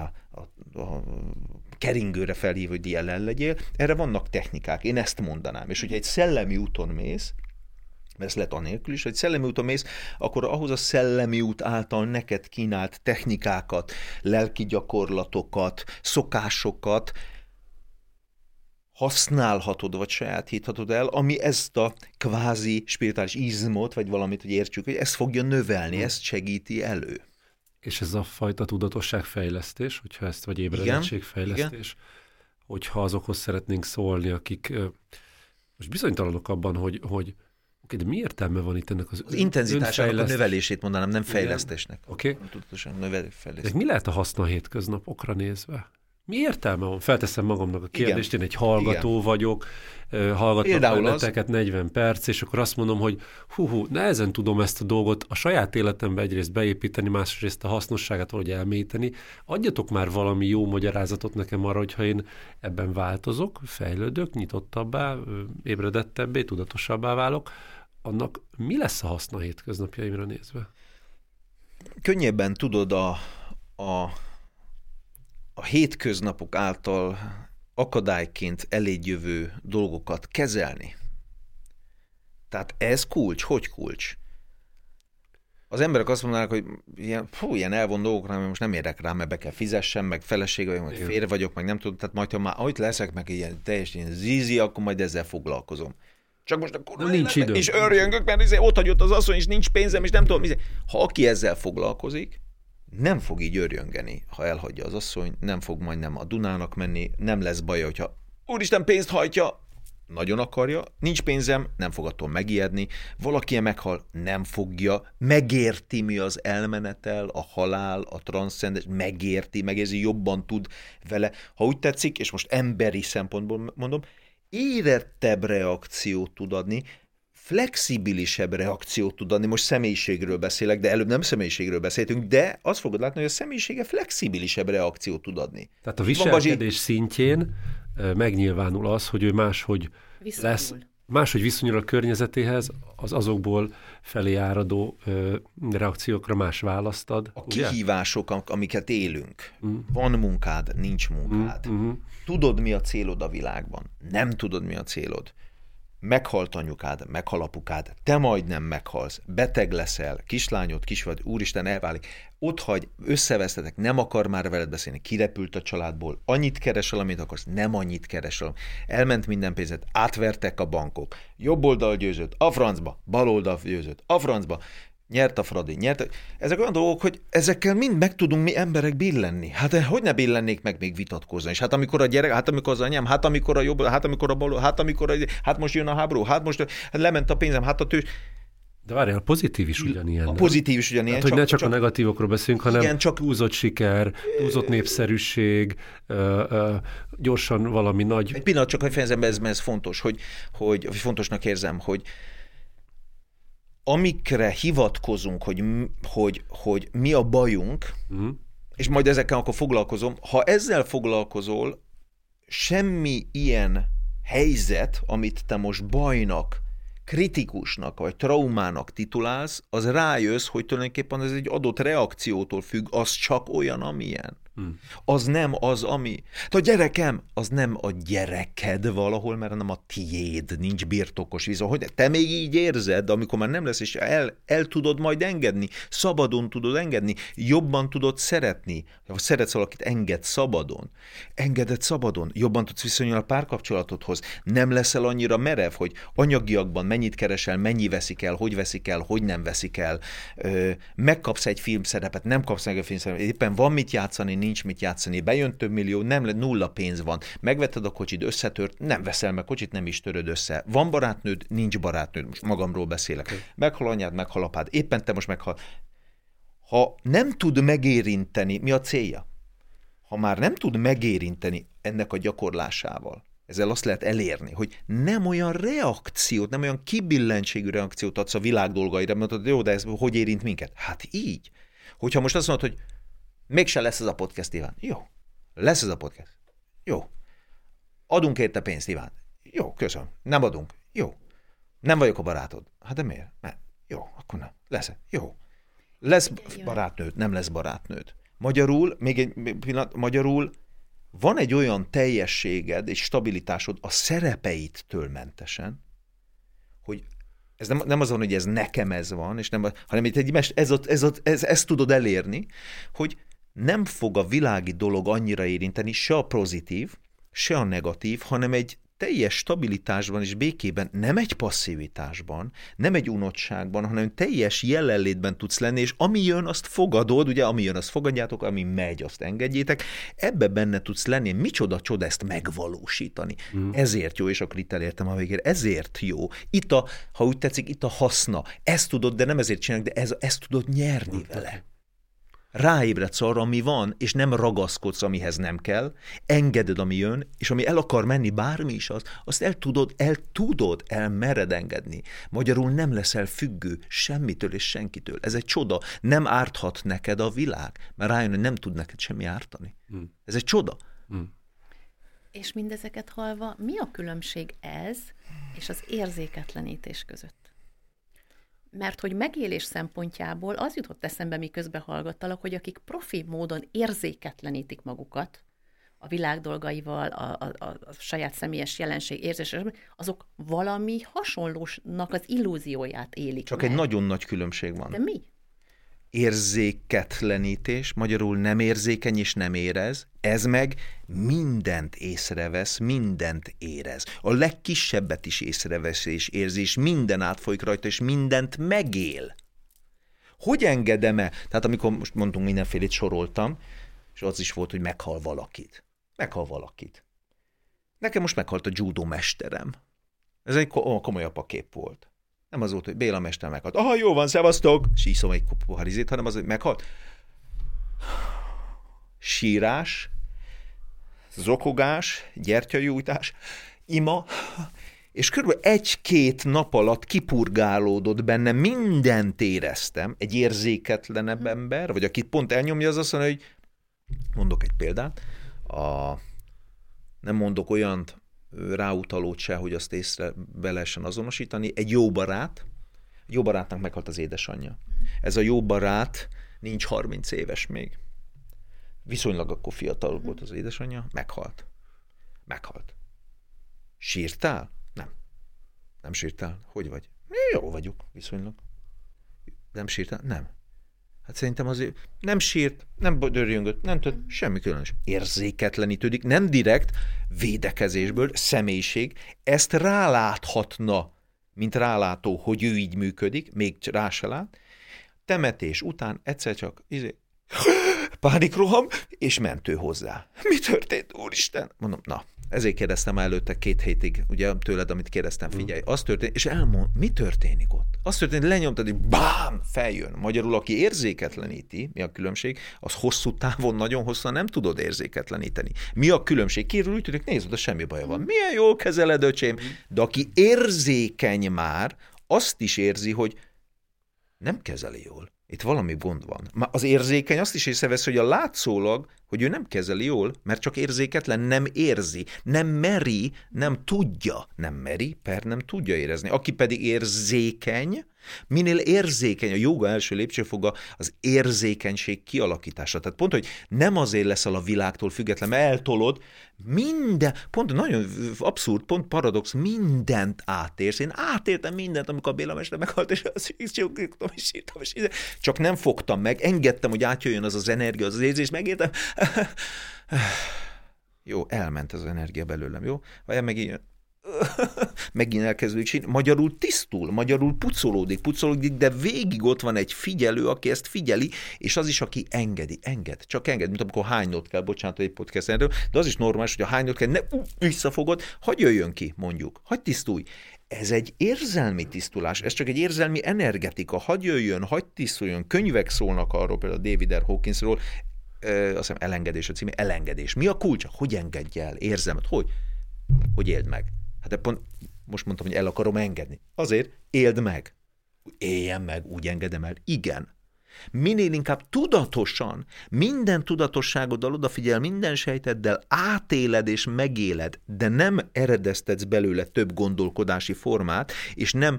a keringőre felhív, hogy jelen legyél. Erre vannak technikák. Én ezt mondanám. És hogyha egy szellemi úton mész, mert ez lehet anélkül is, hogy szellemi úton mész, akkor ahhoz a szellemi út által neked kínált technikákat, lelki gyakorlatokat, szokásokat használhatod, vagy sajátíthatod el, ami ezt a kvázi spirituális izmot, vagy valamit, hogy értsük, hogy ezt fogja növelni, ezt segíti elő. És ez a fajta tudatosságfejlesztés, hogyha ezt, vagy ébredettségfejlesztés, hogyha azokhoz szeretnénk szólni, akik most bizonytalanok abban, hogy oké, de mi értelme van itt ennek az intenzitásának a növelését mondanám, nem fejlesztésnek. Oké. Tudatosan növelését. Mi lehet a haszna a hétköznapokra nézve? Mi értelme van? Felteszem magamnak a kérdést, én egy hallgató vagyok, hallgatok benneteket 40 perc, és akkor azt mondom, hogy nehezen tudom ezt a dolgot a saját életembe egyrészt beépíteni, másrészt a hasznosságát valahogy elmélyíteni. Adjatok már valami jó magyarázatot nekem arra, hogyha én ebben változok, fejlődök, nyitottabbá, ébredettebbé, tudatosabbá válok, annak mi lesz a haszna hétköznapjaimra nézve? Könnyebben tudod a hétköznapok által akadályként eléd jövő dolgokat kezelni. Tehát ez kulcs, hogy kulcs? Az emberek azt mondanak, hogy ilyen elvon dolgokra, mert most nem érek rá, mert be kell fizessem, meg feleség vagyok, meg férj vagyok, meg nem tudom, tehát majd, ha már ahogy leszek, meg ilyen teljesen ilyen zizi, akkor majd ezzel foglalkozom. Csak most akkor nincs idő. És örjöngök, mert ott hagyott az asszony, és nincs pénzem, és nem tudom. Ha aki ezzel foglalkozik, nem fog így örjöngeni, ha elhagyja az asszony, nem fog majdnem a Dunának menni, nem lesz baja, hogyha úristen pénzt hajtja, nagyon akarja, nincs pénzem, nem fog attól megijedni, valaki meghal, nem fogja, megérti, mi az elmenetel, a halál, a transzcendens, megérzi, jobban tud vele. Ha úgy tetszik, és most emberi szempontból mondom, érettebb reakciót tud adni, flexibilisebb reakciót tud adni, most személyiségről beszélek, de előbb nem személyiségről beszéltünk, de azt fogod látni, hogy a személyisége flexibilisebb reakciót tud adni. Tehát a viselkedés szintjén megnyilvánul az, hogy ő máshogy viszonyul a környezetéhez, az azokból felé áradó reakciókra más választ ad. A kihívások, amiket élünk. Van munkád, nincs munkád. Tudod, mi a célod a világban? Nem tudod, mi a célod. Meghalt anyukád, meghal apukád, te majdnem meghalsz, beteg leszel, kislányod, kisvad, úristen elválik, otthagy, összevesztetek, nem akar már veled beszélni, kirepült a családból, annyit keresel, amit akarsz, nem annyit keresel, elment minden pénzed, átvertek a bankok, jobb oldal győzött, a francba, bal oldal győzött, a francba, nyert a Fradi, nyert. Ezek olyan dolgok, hogy ezekkel mind meg tudunk mi emberek billenni. Hát hogy ne billennék meg még vitatkozni? És hát amikor a gyerek, hát amikor az anyám, hát amikor a jobb, hát amikor a bal, hát most jön a háború, hát most lement a pénzem, hát a tős. De várjál, a pozitív is ugyanilyen. A pozitív is ugyanilyen. Hát, hogy ne csak a negatívokról beszélünk, hanem igen, csak túlzott siker, túlzott népszerűség, gyorsan valami nagy... Egy pillanat, csak hogy fejezem be, ez fontos, hogy fontosnak érzem, hogy amikre hivatkozunk, hogy mi a bajunk, és majd ezekkel akkor foglalkozom, ha ezzel foglalkozol, semmi ilyen helyzet, amit te most bajnak, kritikusnak vagy traumának titulálsz, az rájössz, hogy tulajdonképpen ez egy adott reakciótól függ, az csak olyan, amilyen. Az nem az, ami... A gyerekem, az nem a gyereked valahol, mert nem a tiéd, nincs birtokos víz. Hogy te még így érzed, amikor már nem lesz, és el tudod majd engedni, szabadon tudod engedni, jobban tudod szeretni. Ha szeretsz valakit, engedd szabadon. Engeded szabadon, jobban tudsz viszonyulni a párkapcsolatodhoz. Nem leszel annyira merev, hogy anyagiakban mennyit keresel, mennyi veszik el, hogy nem veszik el. Megkapsz egy filmszerepet, nem kapsz meg a filmszerepet, éppen van mit játszani, nincs mit játszani, bejön több millió, nulla pénz van, megvetted a kocsid, összetört, nem veszel meg kocsit, nem is töröd össze. Van barátnőd, nincs barátnőd, most magamról beszélek. Meghal anyád, meghal apád, éppen te most meghal. Ha nem tud megérinteni, mi a célja? Ha már nem tud megérinteni ennek a gyakorlásával, ezzel azt lehet elérni, hogy nem olyan reakciót, nem olyan kibillentségű reakciót adsz a világ dolgaira, mert mondod, jó, de ez hogy érint minket? Hát így. Hogyha most azt mondod, hogy mégse lesz ez a podcast, Iván. Jó. Lesz ez a podcast. Jó. Adunk érte pénzt, Iván. Jó, köszönöm. Nem adunk. Jó. Nem vagyok a barátod. Hát de miért? Mert jó, akkor nem. Lesz. Jó. Lesz barátnőd, nem lesz barátnőd. Magyarul, még egy pillanat, magyarul van egy olyan teljességed és stabilitásod a szerepeittől mentesen, hogy ez nem az van, hogy ez nekem ez van, és nem, hanem itt ezt tudod elérni, hogy nem fog a világi dolog annyira érinteni, se a pozitív, se a negatív, hanem egy teljes stabilitásban és békében, nem egy passzivitásban, nem egy unottságban, hanem teljes jelenlétben tudsz lenni, és ami jön, azt fogadod, ugye, ami jön, azt fogadjátok, ami megy, azt engedjétek, ebbe benne tudsz lenni, micsoda csoda ezt megvalósítani. Ezért jó, és akkor itt elértem a végére, ezért jó. Itt ha úgy tetszik, itt a haszna. Ezt tudod, de nem ezért csinálják, de ezt tudod nyerni vele. Ráébredsz arra, ami van, és nem ragaszkodsz, amihez nem kell, engeded, ami jön, és ami el akar menni, bármi is az, azt el mered engedni. Magyarul nem leszel függő semmitől és senkitől. Ez egy csoda. Nem árthat neked a világ, mert rájön, hogy nem tud neked semmi ártani. Ez egy csoda. És mindezeket hallva, mi a különbség ez és az érzéketlenítés között? Mert hogy megélés szempontjából az jutott eszembe, miközben hallgattalak, hogy akik profi módon érzéketlenítik magukat a világ dolgaival, a saját személyes jelenség érzésével, azok valami hasonlósnak az illúzióját élik Csak meg. egy nagyon nagy különbség van. De mi? Érzéketlenítés, magyarul nem érzékeny és nem érez, ez meg mindent észrevesz, mindent érez. A legkisebbet is észrevesz és érzi, és minden átfolyik rajta, és mindent megél. Hogy engedem-e? Tehát amikor most mondtunk mindenfélét soroltam, és az is volt, hogy meghal valakit. Meghal valakit. Nekem most meghalt a judó mesterem. Ez egy komoly apakép volt. Nem az volt, hogy Béla mester meghalt. Aha, jó van, szevasztok! És iszom egy pohár izét, hanem az, hogy meghalt. Sírás, zokogás, gyertyajújtás, ima, és kb. 1-2 nap alatt kipurgálódott bennem, mindent éreztem. Egy érzéketlenebb ember, vagy akit pont elnyomja, az azt mondja, hogy mondok egy példát, nem mondok olyant ráutalót se, hogy azt észre be lehessen azonosítani. Egy jó barátnak meghalt az édesanyja. Ez a jó barát nincs 30 éves még. Viszonylag akkor fiatal volt az édesanyja, meghalt. Sírtál? Nem sírtál. Hogy vagy? Jó vagyok, viszonylag. Nem sírtál? Nem. Hát szerintem azért nem sírt, nem dörjöngött, nem tört, semmi különös. Érzéketlenítődik, nem direkt, védekezésből, személyiség, ezt ráláthatna, mint rálátó, hogy ő így működik, még rá se lát. Temetés után egyszer csak pánikroham, és mentő hozzá. Mi történt, úristen? Mondom, na, ezért kérdeztem előtte 2 hétig, ugye tőled, amit kérdeztem, figyelj, az történt, és mi történik ott? Az történik, lenyomtad, és bám, feljön. Magyarul, aki érzéketleníti, mi a különbség, az hosszú távon, nagyon hosszan nem tudod érzéketleníteni. Mi a különbség? Kérül úgy tűnik, nézd, oda semmi baja van. Milyen jól kezeled, öcsém? De aki érzékeny már, azt is érzi, hogy nem kezeli jól. Itt valami gond van. Már az érzékeny azt is észrevesz, hogy a látszólag, hogy ő nem kezeli jól, mert csak érzéketlen, nem érzi, nem meri, nem tudja. Nem meri, nem tudja érezni. Aki pedig érzékeny, minél érzékeny, a jóga első lépcsőfoga az érzékenység kialakítása. Tehát pont, hogy nem azért leszel a világtól független, mert eltolod, pont nagyon abszurd, pont paradox, mindent átérsz. Én átértem mindent, amikor a Béla mester meghalt, és csak nem fogtam meg, engedtem, hogy átjöjjön az energia, az érzés, megértem. Jó, elment az energia belőlem, jó? Vagy megint elkezdődik sírni. Magyarul tisztul, magyarul pucolódik, de végig ott van egy figyelő, aki ezt figyeli, és az is, aki csak enged, mint amikor hánynod kell, bocsánat, egy podcast erről, de az is normális, hogy a hánynod kell, ne visszafogod, hadd jöjjön ki, mondjuk, hadd tisztulj. Ez egy érzelmi tisztulás, ez csak egy érzelmi energetika, hadd jöjjön, hadd tisztuljon, könyvek szólnak arról, például David R. Hawkinsról, azt hiszem elengedés a címe, elengedés. Mi a kulcsa? Hogy engedj el? Érzelmet? Hogy éld meg? Hát pont most mondtam, hogy el akarom engedni. Azért éld meg. Éljen meg, úgy engedem el. Igen. Minél inkább tudatosan, minden tudatosságoddal odafigyel, minden sejteddel átéled és megéled, de nem eredeztetsz belőle több gondolkodási formát, és nem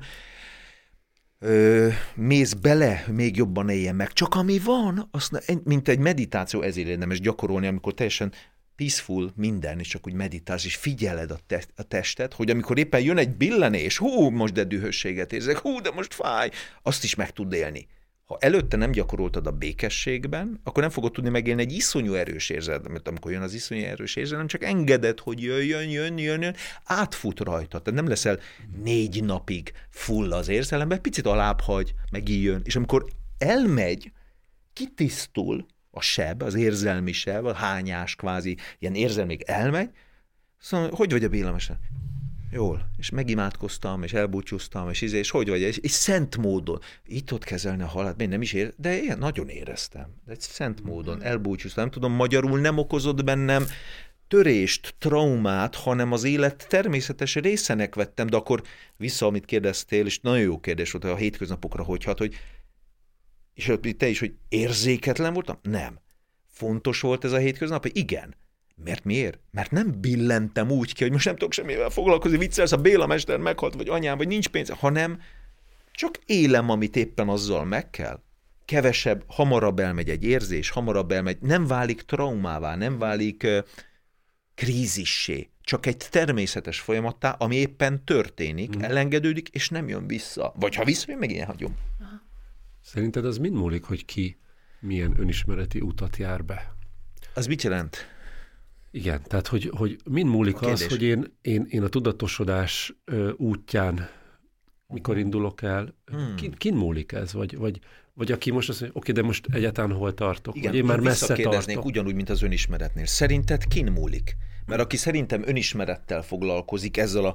mész bele, még jobban éljen meg. Csak ami van, mint egy meditáció, ezért érdemes gyakorolni, amikor teljesen peaceful minden, és csak úgy meditálsz, és figyeled a testet, hogy amikor éppen jön egy billenés, most de dühösséget érzek, de most fáj, azt is meg tud élni. Ha előtte nem gyakoroltad a békességben, akkor nem fogod tudni megélni egy iszonyú erős érzelmet, mert amikor jön az iszonyú erős érzelem, csak engeded, hogy jön, átfut rajta. Tehát nem leszel 4 napig full az érzelemben, picit alább hagy, megijön, és amikor elmegy, kitisztul a seb, az érzelmi seb, a hányás kvázi, ilyen érzelmig elmegy, szóval, hogy vagy a Béla mester? Jól. És megimádkoztam, és elbúcsúztam, és hogy vagy? És szent módon. Itt ott kezelni a halált, még nem is de én nagyon éreztem. De szent módon elbúcsúztam. Nem tudom, magyarul nem okozott bennem törést, traumát, hanem az élet természetes részenek vettem, de akkor vissza, amit kérdeztél, és nagyon jó kérdés volt, hogy a hétköznapokra hogy hat, hogy és te is, hogy érzéketlen voltam? Nem. Fontos volt ez a hétköznap? Igen. Mert miért? Mert nem billentem úgy ki, hogy most nem tudok semmivel foglalkozni, viccelsz, a Béla mester meghalt, vagy anyám, vagy nincs pénz, hanem csak élem, amit éppen azzal meg kell. Kevesebb, hamarabb elmegy egy érzés, hamarabb elmegy, nem válik traumává, nem válik krízissé, csak egy természetes folyamattá, ami éppen történik, elengedődik, és nem jön vissza. Vagy ha visszajön, meg én hagyom. Szerinted az mind múlik, hogy ki milyen önismereti utat jár be? Az mit jelent? Igen, tehát hogy mind múlik az, hogy én a tudatosodás útján mikor indulok el, kin múlik ez? Vagy aki most azt mondja, oké, de most egyáltalán hol tartok? Igen, vagy én már messze tartok? Ugyanúgy, mint az önismeretnél. Szerinted kin múlik? Mert aki szerintem önismerettel foglalkozik, ezzel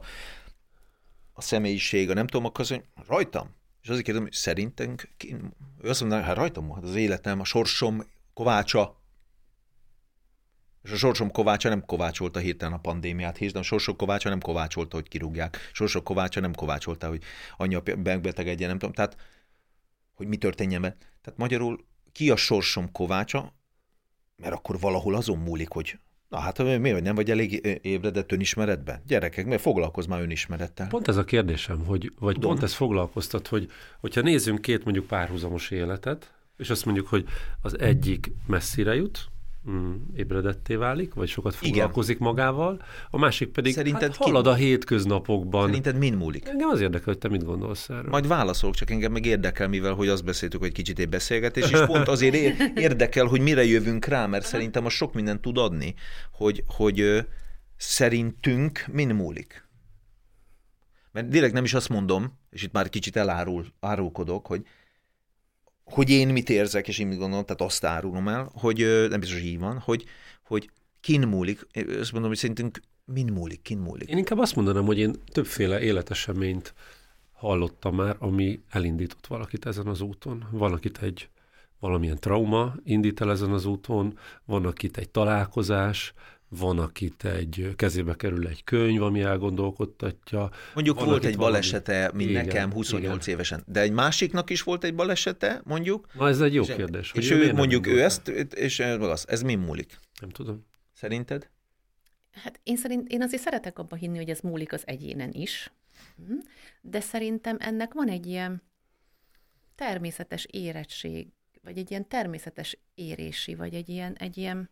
a személyiség, nem tudom, akkor az, hogy rajtam. És azért kérdem, hogy szerintünk kin... Ő azt mondaná, hát rajtam van az életem, a sorsom kovácsa. És a sorsom kovácsa nem kovácsolta hirtelen a pandémiát, de a sorsom kovácsa nem kovácsolta, hogy kirúgják. Sorsom kovácsa nem kovácsolta, hogy anyja megbetegedjen, nem tudom. Tehát, hogy mi történjen be. Tehát magyarul ki a sorsom kovácsa, mert akkor valahol azon múlik, hogy na hát miért nem vagy elég ébredett önismeretben? Gyerekek, mert foglalkozz már önismerettel. Pont ez a kérdésem, vagy Tudom. Pont ez foglalkoztat, hogyha nézzünk két mondjuk párhuzamos életet, és azt mondjuk, hogy az egyik messzire jut, ébredetté válik, vagy sokat foglalkozik magával, a másik pedig halad a hétköznapokban. Szerinted mind múlik? Engem az érdekel, hogy te mit gondolsz erről. Majd válaszolok, csak engem meg érdekel, mivel hogy azt beszéltük, hogy kicsit egy beszélgetés, és pont azért érdekel, hogy mire jövünk rá, mert szerintem az sok mindent tud adni, hogy szerintünk mind múlik. Mert direkt nem is azt mondom, és itt már kicsit árulkodok, hogy én mit érzek, és én mit gondolom, tehát azt árulom el, hogy nem biztos, hogy így van, hogy kin múlik. Azt mondom, hogy szerintünk mind múlik, kin múlik. Én inkább azt mondanám, hogy én többféle életeseményt hallottam már, ami elindított valakit ezen az úton. Van, akit valamilyen trauma indít el ezen az úton, van, akit egy találkozás, van, akit kezébe kerül egy könyv, ami elgondolkodtatja. Mondjuk volt egy balesete, mint nekem 28 évesen, de egy másiknak is volt egy balesete, mondjuk. Na, ez egy jó kérdés. És ő mondjuk ő ezt, és ez mi múlik? Nem tudom. Szerinted? Hát én azért szeretek abba hinni, hogy ez múlik az egyénen is, de szerintem ennek van egy ilyen természetes érettség, vagy egy ilyen természetes érési, vagy egy ilyen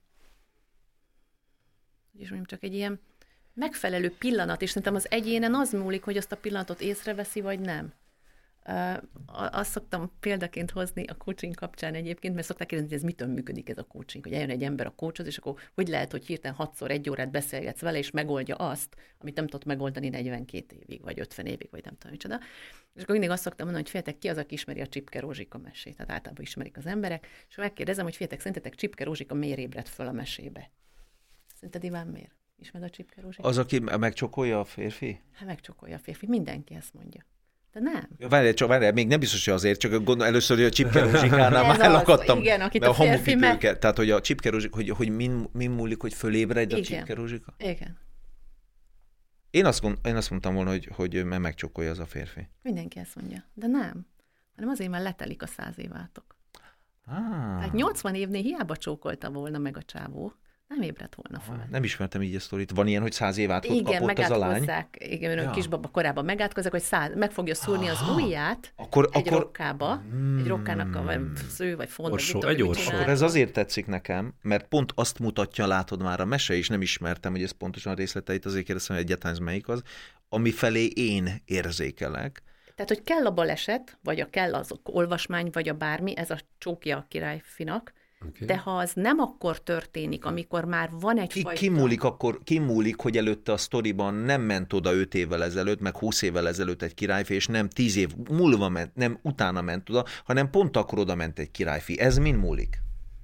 és mondjuk csak egy ilyen megfelelő pillanat, és szerintem az egyénen az múlik, hogy azt a pillanatot észreveszi, vagy nem. Azt szoktam példaként hozni a coaching kapcsán egyébként, mert szokták kérdezni, hogy ez mitől működik ez a coaching, hogy eljön egy ember a coachhoz, és akkor hogy lehet, hogy hirtelen 6-szor 1 órát beszélgetsz vele, és megoldja azt, amit nem tudott megoldani 42 évig, vagy 50 évig, vagy nem tudom micsoda. És akkor mindig azt szoktam mondani, hogy féltek, ki az, aki ismeri a Csipke Rózsika mesét. Tehát általában ismerik az emberek, és megkérdezem, hogy féltek, szerintetek Csipke Rózsika miért ébredt föl a mesébe? Szerinted Iván miért? Ismered a Csipke Rózsikát? Az, aki megcsokolja a férfi? Hát megcsokolja a férfi, mindenki ezt mondja. De nem. Várjál, még nem biztos, hogy azért, csak először, hogy a Csipke Rózsikánál már elakadtam. Igen, akit a férfi Tehát, hogy a Csipke Rózsika, hogy min múlik, hogy fölébredj a Csipke Rózsika? Igen. Én azt mondtam volna, hogy megcsokolja az a férfi. Mindenki ezt mondja. De nem. Hanem azért, mert letelik a 100 évátok. Tehát 80 évnél hiába csókolta volna meg a csávó. Nem ébredt volna fel. Nem ismertem így a sztorit. Van ilyen, hogy 100 évátot kapott az a lány? Igen, a kisbaba korábban megátkozzák, hogy meg fogja szúrni az ujját egy rokkába, egy rokkának a sző, vagy font. Egy orsó. Akkor ez azért tetszik nekem, mert pont azt mutatja, látod már a mese, és nem ismertem, hogy ez pontosan a részleteit, azért kérdeztem, hogy egyáltalán ez melyik az, ami felé én érzékelek. Tehát, hogy kell a baleset, vagy kell az olvasmány, vagy a bármi, ez a csókja a királyfinak, okay. De ha az nem akkor történik, amikor már van egyfajta... Kimúlik, hogy előtte a sztoriban nem ment oda 5 évvel ezelőtt, meg 20 évvel ezelőtt egy királyfi, és nem 10 év múlva ment, nem utána ment oda, hanem pont akkor oda ment egy királyfi. Ez mind múlik?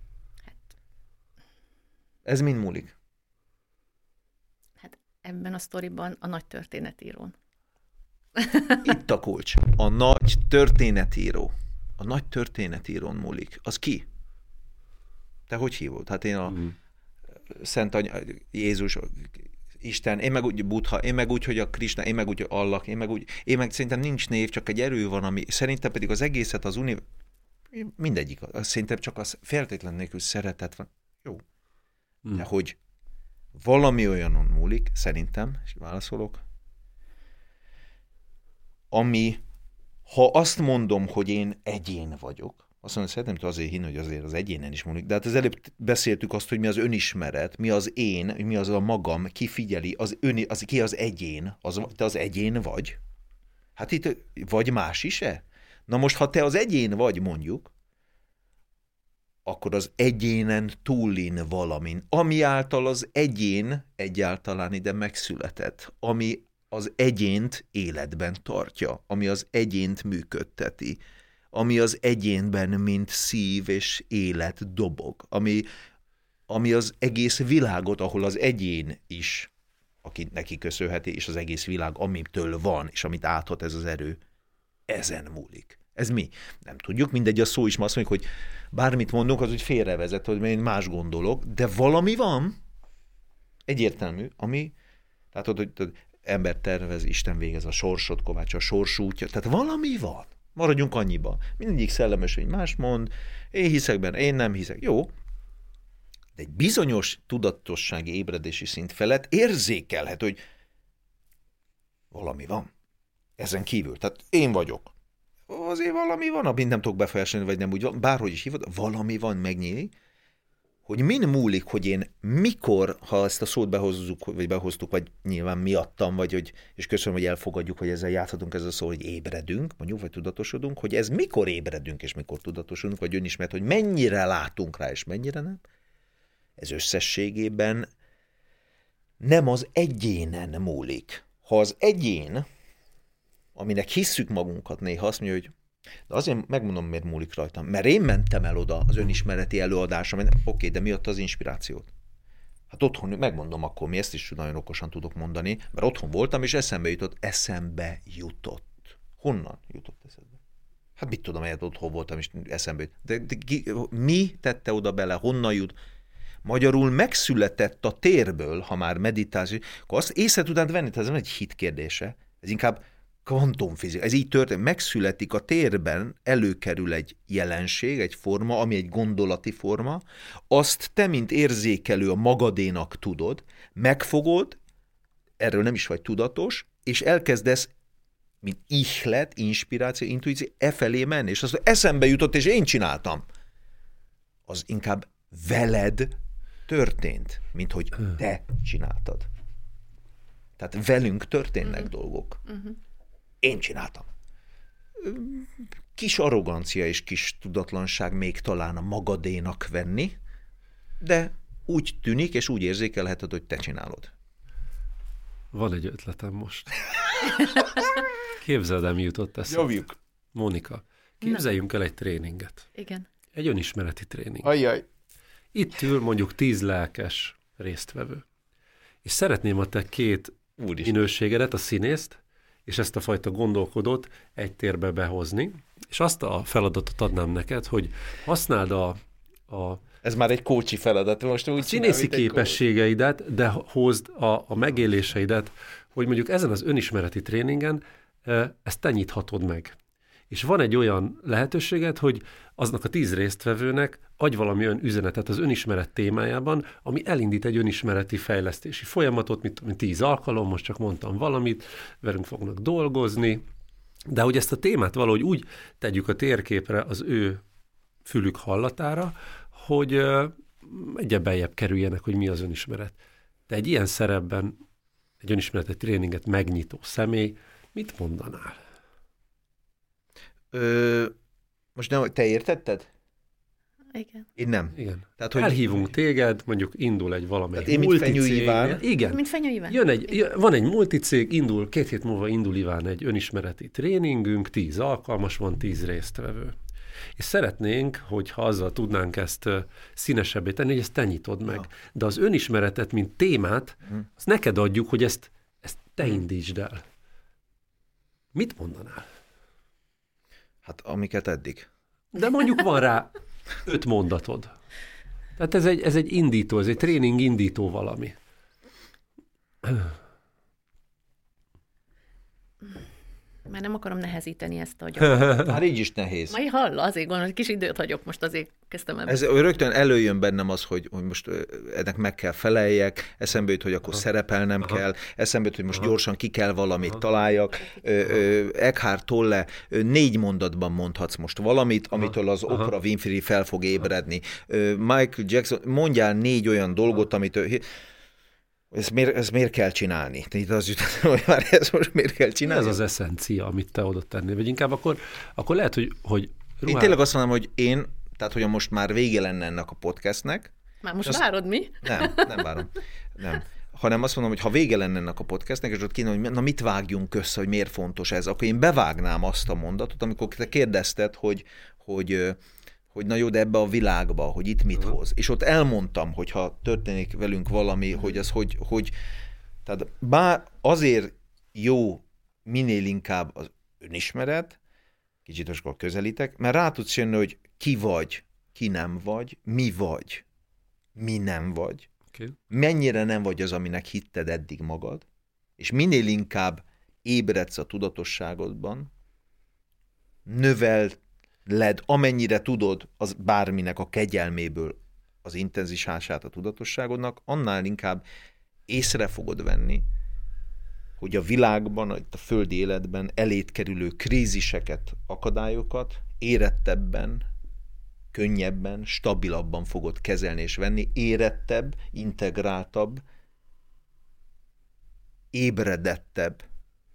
Ez mind múlik? Hát ebben a sztoriban a nagy történetírón. Itt a kulcs. A nagy történetíró. A nagy történetírón múlik. Az ki? Te hogy hívod? Hát én a Szent Anya, Jézus, Isten, én meg úgy Buddha, én meg úgy, hogy a Krisna, én meg úgy, hogy Allah, én meg szerintem nincs név, csak egy erő van, ami szerintem pedig az egészet az mindegyik, szerintem csak az feltétlen nélkül szeretet van. Jó. De hogy valami olyanon múlik, szerintem, és válaszolok, ami Ha azt mondom, hogy én egyén vagyok, azt mondom, szeretném azért hinni, hogy azért az egyénen is múlik. De hát az előbb beszéltük azt, hogy mi az önismeret, mi az én, mi az a magam, ki figyeli, ki az egyén, te az egyén vagy. Hát itt vagy más is-e? Na most, ha te az egyén vagy, mondjuk, akkor az egyénen túlin valamin, ami által az egyén egyáltalán ide megszületett, ami az egyént életben tartja, ami az egyént működteti, ami az egyénben, mint szív és élet dobog, ami az egész világot, ahol az egyén is, aki neki köszönheti, és az egész világ, amitől van, és amit áthat ez az erő, ezen múlik. Ez mi? Nem tudjuk, mindegy, a szó is ma azt mondjuk, hogy bármit mondunk, az úgy félrevezet, hogy én más gondolok, de valami van, egyértelmű, ami, tehát hogy ember tervez, Isten végez, a sorsot kovácsa, a sors útja, tehát valami van. Maradjunk annyiba. Mindegyik szellemes, hogy más mond, én hiszek benne, én nem hiszek. Jó, de egy bizonyos tudatossági ébredési szint felett érzékelhet, hogy valami van. Ezen kívül. Tehát én vagyok. Azért valami van, amit nem tudok befolyásolni, vagy nem úgy van, bárhogy is hívod, valami van megnyílik, hogy min múlik, hogy én mikor, ha ezt a szót behoztuk, vagy nyilván miattam, és köszönöm, hogy elfogadjuk, hogy ezzel játszhatunk ezzel a szó, hogy ébredünk, mondjuk, vagy tudatosodunk, hogy ez mikor ébredünk, és mikor tudatosodunk, vagy önismert, hogy mennyire látunk rá, és mennyire nem. Ez összességében nem az egyénen múlik. Ha az egyén, aminek hisszük magunkat néha, azt mondja, hogy de azért megmondom, miért múlik rajtam. Mert én mentem el oda az önismereti előadásra, oké, de miatt az inspirációt? Hát otthon, megmondom akkor, mi ezt is nagyon okosan tudok mondani, mert otthon voltam, és eszembe jutott. Honnan jutott eszedbe? Hát mit tudom, hogy otthon voltam, és eszembe jutott. De mi tette oda bele, honnan jut? Magyarul megszületett a térből, ha már meditáció, akkor azt észre tudnád venni, ez nem egy hit kérdése, ez inkább kvantumfizika. Ez így történik. Megszületik a térben, előkerül egy jelenség, egy forma, ami egy gondolati forma, azt te, mint érzékelő a magadénak tudod, megfogod, erről nem is vagy tudatos, és elkezdesz, mint ihlet, inspiráció, intuíció, felé menni, és azt eszembe jutott, és én csináltam. Az inkább veled történt, mint hogy te csináltad. Tehát velünk történnek dolgok. Én csináltam. Kis arrogancia és kis tudatlanság még talán a magadénak venni, de úgy tűnik, és úgy érzékelheted, hogy te csinálod. Van egy ötletem most. Képzeld el, mi jutott eszembe. Javjuk. Mónika, képzeljünk el egy tréninget. Igen. Egy önismereti tréning. Ajjaj. Itt ül mondjuk 10 lelkes résztvevő. És szeretném a te két minőségedet, a színészt, és ezt a fajta gondolkodót egy térbe behozni, és azt a feladatot adnám neked, hogy használd Ez már egy kócsi feladat. Most úgy színészi képességeidet, de hozd a megéléseidet, hogy mondjuk ezen az önismereti tréningen ezt te nyithatod meg. És van egy olyan lehetőséged, hogy aznak a 10 résztvevőnek adj valami olyan üzenetet az önismeret témájában, ami elindít egy önismereti fejlesztési folyamatot, mint 10 alkalom, most csak mondtam valamit, velünk fognak dolgozni, de hogy ezt a témát valahogy úgy tegyük a térképre az ő fülük hallatára, hogy egyre beljebb kerüljenek, hogy mi az önismeret. De egy ilyen szerepben, egy önismereti tréninget megnyitó személy, mit mondanál? Most nem, te értetted? Igen. Én nem. Igen. Tehát, hogy elhívunk téged, mondjuk indul egy valamelyik multicég. Igen. Mint Fenyő Iván. Van egy multicég, indul, 2 hét múlva indul Iván egy önismereti tréningünk, 10 alkalmas, van 10 résztvevő. És szeretnénk, hogyha azzal tudnánk ezt színesebbé tenni, hogy ezt te nyitod meg. De az önismeretet, mint témát, azt neked adjuk, hogy ezt te indítsd el. Mit mondanál? Hát amiket eddig. De mondjuk van rá 5 mondatod. Tehát ez egy indító, ez egy tréning indító valami. Már nem akarom nehezíteni ezt a gyakorlatot. Már így is nehéz. Majd hall, azért gondolom, hogy kis időt hagyok, most azért kezdtem el. Ez rögtön előjön bennem az, hogy most ennek meg kell feleljek, eszembe jut, hogy akkor szerepelnem kell, eszembe jut, hogy most gyorsan ki kell valamit találjak. Eckhart Tolle, 4 mondatban mondhatsz most valamit, amitől az Oprah Winfrey fel fog ébredni. Michael Jackson, mondjál 4 olyan dolgot, amitől... Ezt miért kell csinálni? Itt az jut, hogy már ezt most miért kell csinálni? Ez az eszencia, amit te oda tennél. Vagy inkább akkor lehet, hogy Én tényleg azt mondom, hogy tehát hogy most már vége lenne ennek a podcastnek. Már most várod mi? Nem várom. Nem. Hanem azt mondom, hogy ha vége lenne ennek a podcastnek, és ott kéne, hogy na mit vágjunk össze, hogy miért fontos ez, akkor én bevágnám azt a mondatot, amikor te kérdezted, hogy na jó, de ebbe a világba, hogy itt mit hoz. És ott elmondtam, hogy ha történik velünk valami, hogy az, hogy tehát bár azért jó minél inkább az önismeret, kicsit akkor közelítek, mert rá tudsz jönni, hogy ki vagy, ki nem vagy, mi nem vagy, okay. Mennyire nem vagy az, aminek hitted eddig magad, és minél inkább ébredsz a tudatosságodban, növeld, amennyire tudod az bárminek a kegyelméből az intenzitását a tudatosságodnak, annál inkább észre fogod venni, hogy a világban, a földi életben elét kerülő kríziseket, akadályokat érettebben, könnyebben, stabilabban fogod kezelni és venni, érettebb, integráltabb, ébredettebb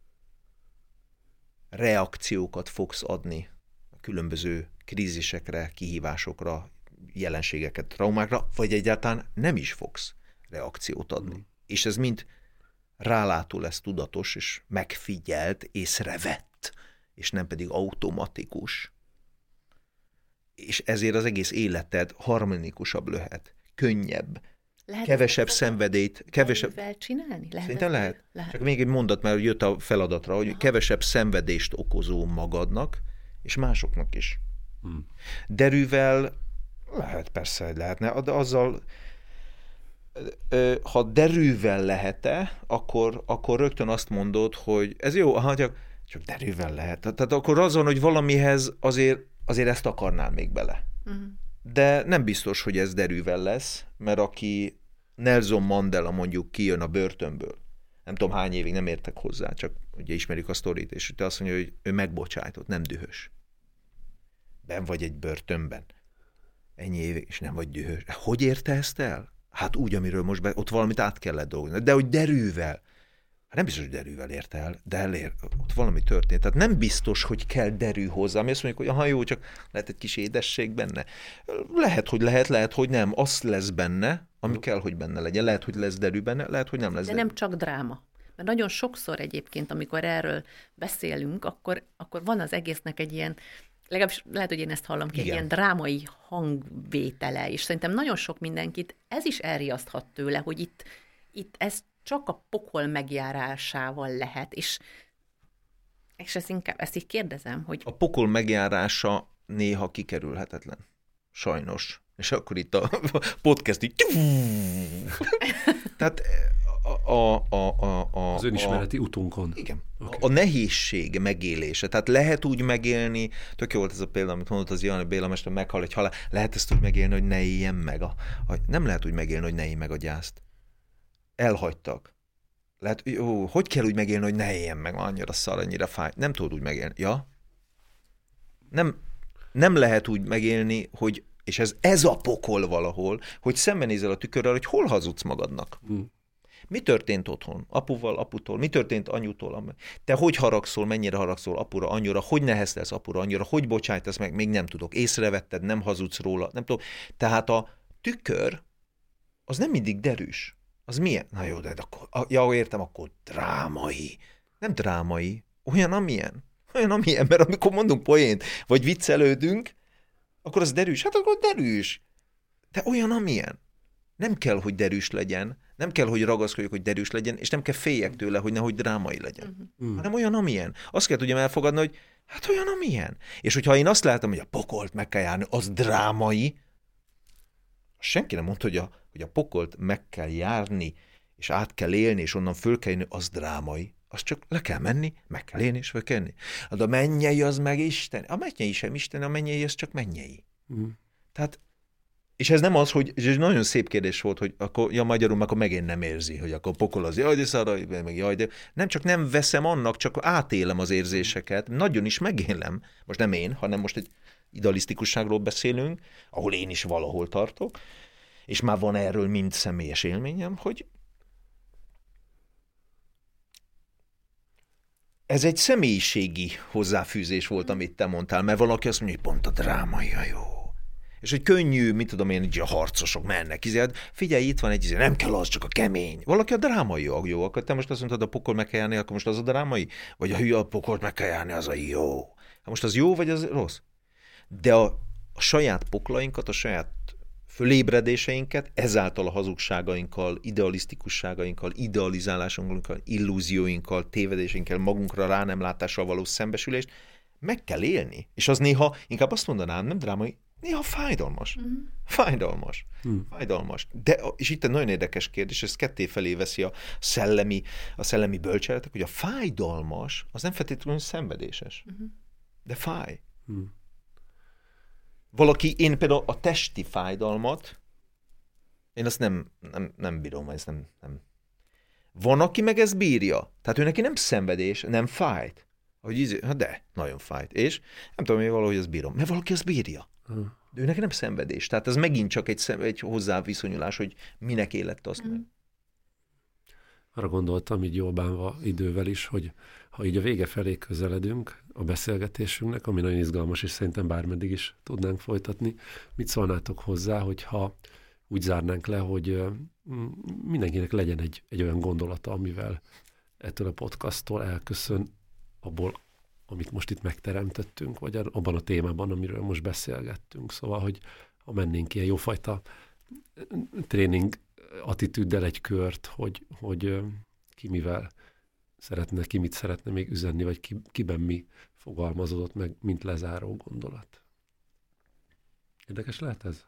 reakciókat fogsz adni különböző krízisekre, kihívásokra, jelenségeket, traumákra, vagy egyáltalán nem is fogsz reakciót adni. És ez mind rálátó lesz, tudatos, és megfigyelt, észrevett, és nem pedig automatikus. És ezért az egész életed harmonikusabb lehet, könnyebb, lehet kevesebb szenvedélyt, kevesebb... csinálni? Szerintem lehet. Csak még egy mondat, mert jött a feladatra, hogy kevesebb szenvedést okozó magadnak, és másoknak is. Derűvel lehet, persze lehetne, de azzal, ha derűvel lehet-e, akkor rögtön azt mondod, hogy ez jó, csak derűvel lehet. Tehát akkor azon, hogy valamihez azért ezt akarnál még bele. De nem biztos, hogy ez derűvel lesz, mert aki Nelson Mandela mondjuk kijön a börtönből, nem tudom hány évig, nem értek hozzá, csak ugye ismerjük a sztorit, és te azt mondja, hogy ő megbocsájtott, nem dühös. Ben vagy egy börtönben. Ennyi évig, és nem vagy dühös. Hogy érte ezt el? Hát úgy, amiről most ott valamit át kellett dolgozni. De hogy derűvel. Hát nem biztos, hogy derűvel érte el, de ott valami történt. Tehát nem biztos, hogy kell derű hozzá. Mi azt mondjuk, hogy jó, csak lehet egy kis édesség benne. Lehet, hogy nem. Az lesz benne, ami kell, hogy benne legyen. Lehet, hogy lesz derű benne, lehet, hogy nem lesz derű. De nem csak dráma. Mert nagyon sokszor egyébként, amikor erről beszélünk, akkor van az egésznek egy ilyen, legalábbis lehet, hogy én ezt hallom ki, egy ilyen drámai hangvétele, és szerintem nagyon sok mindenkit ez is elriaszthat tőle, hogy itt ez csak a pokol megjárásával lehet, és ezt így kérdezem, hogy... A pokol megjárása néha kikerülhetetlen. Sajnos. És akkor itt a podcast így... Tehát az önismereti utunkon. Igen. Okay. A nehézség megélése. Tehát lehet úgy megélni, tök jó volt ez a példa, amit mondott az Jani Béla mester, meghal egy halál, lehet ezt úgy megélni, hogy ne éljen meg. Nem lehet úgy megélni, hogy ne éljen meg a gyászt. Elhagytak. Lehet, hogy kell úgy megélni, hogy ne éljen meg, annyira szar, annyira fáj. Nem tudod úgy megélni. Ja? Nem lehet úgy megélni, hogy, és ez a pokol valahol, hogy szembenézel a tükörrel, hogy hol hazudsz magadnak. Mi történt otthon? Apuval, aputól? Mi történt anyutól? Te hogy haragszol, mennyire haragszol apura, anyura? Hogy neheztelsz apura, anyura? Hogy bocsájtasz meg? Még nem tudok. Észrevetted, nem hazudsz róla? Nem tudom. Tehát a tükör az nem mindig derűs. Az milyen? Na jó, de akkor, értem, akkor drámai. Nem drámai. Olyan, amilyen, mert amikor mondunk poént, vagy viccelődünk, akkor az derűs. Hát akkor derűs. De olyan, amilyen. Nem kell, hogy derűs legyen, nem kell, hogy ragaszkodjuk, hogy derűs legyen, és nem kell féljek tőle, hogy nehogy drámai legyen. Hanem olyan, amilyen. Azt kell tudjam elfogadni, hogy hát olyan, amilyen. És hogyha én azt látom, hogy a pokolt meg kell járni, az drámai, senki nem mondta, hogy a pokolt meg kell járni, és át kell élni, és onnan föl kell jönni, az drámai. azt csak le kell menni, meg kell élni, és fel kell élni. Hát a mennyei az meg Isten. A mennyei sem Isten, a mennyei az csak mennyei. Tehát, és ez nem az, hogy, és ez nagyon szép kérdés volt, hogy akkor, ja, magyarul akkor megint nem érzi, hogy akkor pokol az, jaj, de szarra, meg jaj, de... Nem, csak nem veszem annak, csak átélem az érzéseket, nagyon is megélem. Most nem én, hanem most egy idealisztikusságról beszélünk, ahol én is valahol tartok, és már van erről mind személyes élményem, hogy ez egy személyiségi hozzáfűzés volt, amit te mondtál, mert valaki azt mondja, hogy pont a drámai a jó. És hogy könnyű, mit tudom én, hogy a harcosok mennek. Figyelj, itt van egy, nem kell az, csak a kemény. Valaki a drámai a jó. Akkor te most azt mondtad, a pokol meg kell járni, akkor most az a drámai? Vagy a hülye, a pokol meg kell járni, az a jó. Hát most az jó, vagy az rossz? De a saját poklainkat, a saját fölébredéseinket, ezáltal a hazugságainkkal, idealisztikusságainkkal, idealizálásunkkal, illúzióinkkal, tévedéseinkkel, magunkra rá nem látással való szembesülést meg kell élni. És az néha, inkább azt mondanám, nem drámai, néha fájdalmas. Fájdalmas. De, és itt egy nagyon érdekes kérdés, ez ketté felé veszi a szellemi bölcseletek, hogy a fájdalmas, az nem feltétlenül szenvedéses. De fáj. Valaki, én például a testi fájdalmat, én azt nem bírom, ez nem. Van, aki meg ezt bírja. Tehát ő neki nem szenvedés, nem fájt. Hogy de, nagyon fájt. És nem tudom, én valahogy ezt bírom. Mert valaki ezt bírja. De ő neki nem szenvedés. Tehát ez megint csak egy hozzáviszonyulás, hogy minek élette azt meg. Arra gondoltam, így jól bánva idővel is, hogy ha így a vége felé közeledünk a beszélgetésünknek, ami nagyon izgalmas, és szerintem bármeddig is tudnánk folytatni, mit szólnátok hozzá, hogyha úgy zárnánk le, hogy mindenkinek legyen egy olyan gondolata, amivel ettől a podcasttól elköszön abból, amit most itt megteremtettünk, vagy abban a témában, amiről most beszélgettünk. Szóval, hogy ha mennénk ilyen jófajta tréning attitűddel egy kört, hogy ki mivel szeretne, ki mit szeretne még üzenni, vagy kiben mi fogalmazódott meg, mint lezáró gondolat. Érdekes lehet ez?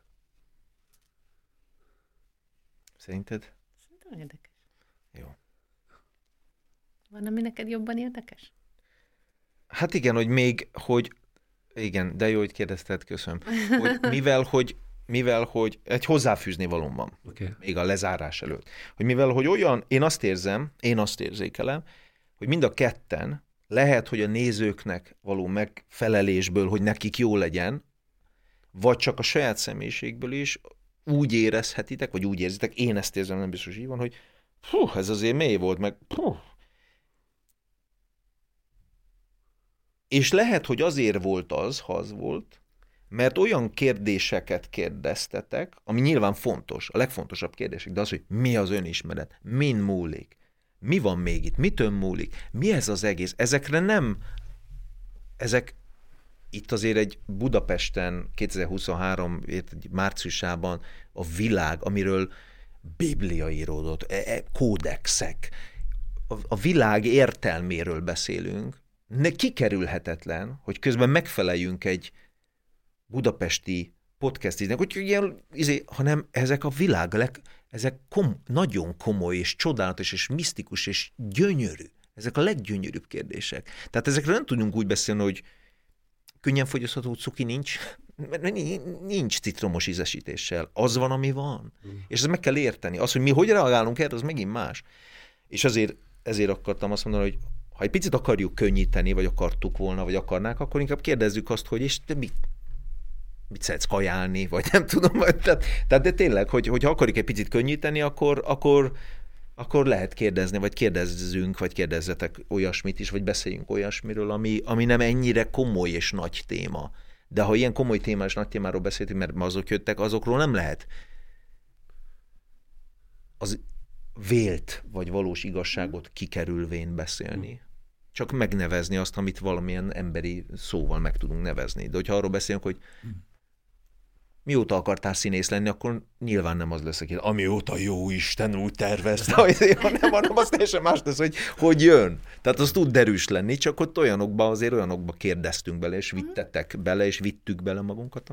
Szerinted? Szerintem érdekes. Jó. Van, ami neked jobban érdekes? Hát igen, igen, de jó, hogy kérdezted, köszönöm. Hogy mivel, hogy egy hozzáfűzni valóm van, még a lezárás előtt. Hogy mivel, hogy olyan, én azt érzékelem, hogy mind a ketten lehet, hogy a nézőknek való megfelelésből, hogy nekik jó legyen, vagy csak a saját személyiségből is úgy érezhetitek, vagy úgy érzitek, én ezt érzem, nem biztos így van, hogy ez azért mély volt, meg és lehet, hogy azért volt az, ha az volt, mert olyan kérdéseket kérdeztetek, ami nyilván fontos, a legfontosabb kérdések, de az, hogy mi az önismeret, min múlik, mi van még itt, mitől múlik, mi ez az egész, ezek itt azért egy Budapesten 2023 márciusában a világ, amiről Biblia íródott, kódexek, a világ értelméről beszélünk, kikerülhetetlen, hogy közben megfeleljünk egy budapesti podcastíznek, hogy ilyen, hanem ezek a világ, ezek nagyon komoly és csodálatos és misztikus és gyönyörű. Ezek a leggyönyörűbb kérdések. Tehát ezekről nem tudunk úgy beszélni, hogy könnyen fogyasztható cuki nincs citromos ízesítéssel. Az van, ami van. És ezt meg kell érteni. Az, hogy mi hogy reagálunk erre, az megint más. És ezért akartam azt mondani, hogy ha egy picit akarjuk könnyíteni, vagy akartuk volna, vagy akarnák, akkor inkább kérdezzük azt, hogy és te mit szeretsz kajálni, vagy nem tudom. Tehát de tényleg, hogyha akarjuk egy picit könnyíteni, akkor lehet kérdezni, vagy kérdezzünk, vagy kérdezzetek olyasmit is, vagy beszéljünk olyasmiről, ami nem ennyire komoly és nagy téma. De ha ilyen komoly téma és nagy témáról beszéltünk, mert azok jöttek, azokról nem lehet az vélt vagy valós igazságot kikerülvén beszélni. Csak megnevezni azt, amit valamilyen emberi szóval meg tudunk nevezni. De hogyha arról beszélünk, hogy mióta akartál színész lenni, akkor nyilván nem az lesz, amióta jó Isten úgy tervezte, hanem az teljesen más lesz, hogy jön. Tehát az tud derűs lenni, csak ott olyanokba kérdeztünk bele, és vittetek bele, és vittük bele magunkat,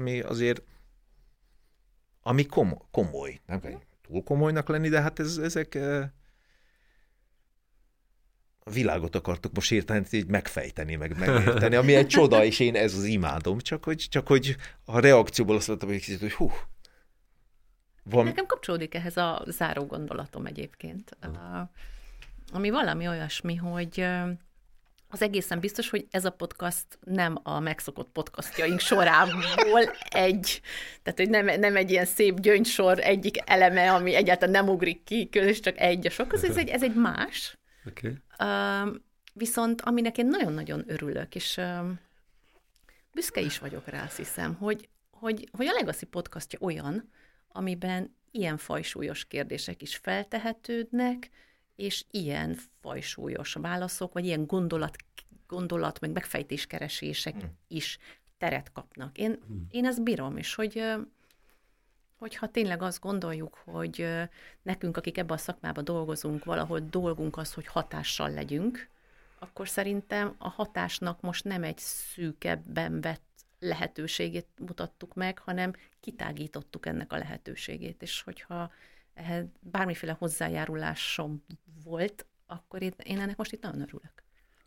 ami komoly. Nem kell túl komolynak lenni, de hát ezek a világot akartok most érteni, így megfejteni, meg megérteni, ami egy csoda, és én ez az imádom, csak hogy a reakcióból azt mondtam, hogy hú. Nekem kapcsolódik ehhez a záró gondolatom egyébként, ami valami olyasmi, hogy az egészen biztos, hogy ez a podcast nem a megszokott podcastjaink sorából tehát hogy nem egy ilyen szép gyöngysor egyik eleme, ami egyáltalán nem ugrik ki, és csak egy a sok, ez egy más. Okay. Viszont aminek én nagyon-nagyon örülök, és büszke is vagyok rá, azt hiszem, hogy a Legacy podcastja olyan, amiben ilyen fajsúlyos kérdések is feltehetődnek, és ilyen fajsúlyos válaszok, vagy ilyen gondolat meg megfejtéskeresések is teret kapnak. Én ezt bírom, és hogyha tényleg azt gondoljuk, hogy nekünk, akik ebben a szakmában dolgozunk, valahol dolgunk az, hogy hatással legyünk, akkor szerintem a hatásnak most nem egy szűkebben vett lehetőségét mutattuk meg, hanem kitágítottuk ennek a lehetőségét, és hogyha ehhez bármiféle hozzájárulásom volt, akkor én ennek most itt nagyon örülök.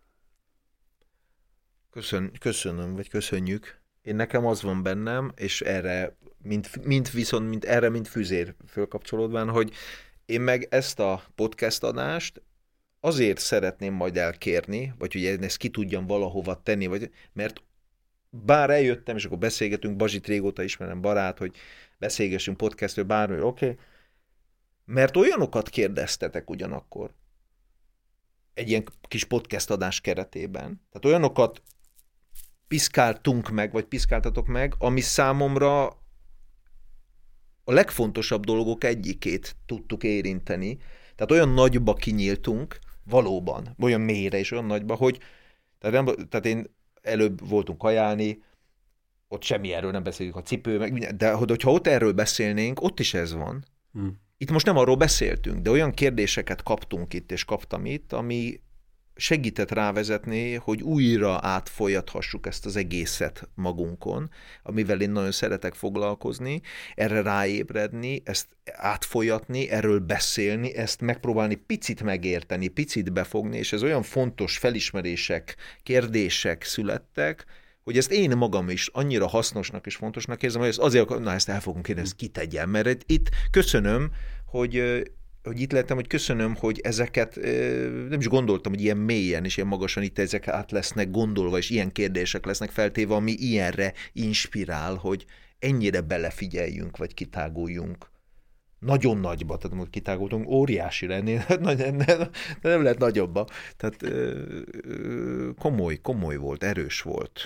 Köszönöm, vagy köszönjük. Nekem az van bennem, és erre, mint füzér fölkapcsolódván, hogy én meg ezt a podcast adást azért szeretném majd elkérni, vagy hogy ezt ki tudjam valahova tenni, mert bár eljöttem, és akkor beszélgetünk, Bazsit régóta ismerem, barát, hogy beszélgessünk podcastről, bármi, oké. Mert olyanokat kérdeztetek ugyanakkor egy ilyen kis podcast adás keretében. Tehát olyanokat piszkáltunk meg, vagy piszkáltatok meg, ami számomra a legfontosabb dolgok egyikét tudtuk érinteni. Tehát olyan nagyba kinyíltunk, valóban, olyan mélyre és olyan nagyba, hogy tehát én előbb voltunk kajálni, ott semmi erről nem beszélünk, a cipő, meg, de hogyha ott erről beszélnénk, ott is ez van. Itt most nem arról beszéltünk, de olyan kérdéseket kaptunk itt, és kaptam itt, ami segített rávezetni, hogy újra átfolyathassuk ezt az egészet magunkon, amivel én nagyon szeretek foglalkozni, erre ráébredni, ezt átfolyatni, erről beszélni, ezt megpróbálni picit megérteni, picit befogni, és ez olyan fontos felismerések, kérdések születtek, hogy ezt én magam is annyira hasznosnak és fontosnak érzem, hogy ezt el fogunk kérni, ezt kitegyem, mert itt köszönöm, hogy itt lettem, hogy köszönöm, hogy ezeket nem is gondoltam, hogy ilyen mélyen és ilyen magasan itt ezek át lesznek gondolva, és ilyen kérdések lesznek feltéve, ami ilyenre inspirál, hogy ennyire belefigyeljünk, vagy kitáguljunk. Nagyon nagyba, tehát most kitágultunk, óriási lennél, nem lehet nagyobba. Tehát komoly volt, erős volt.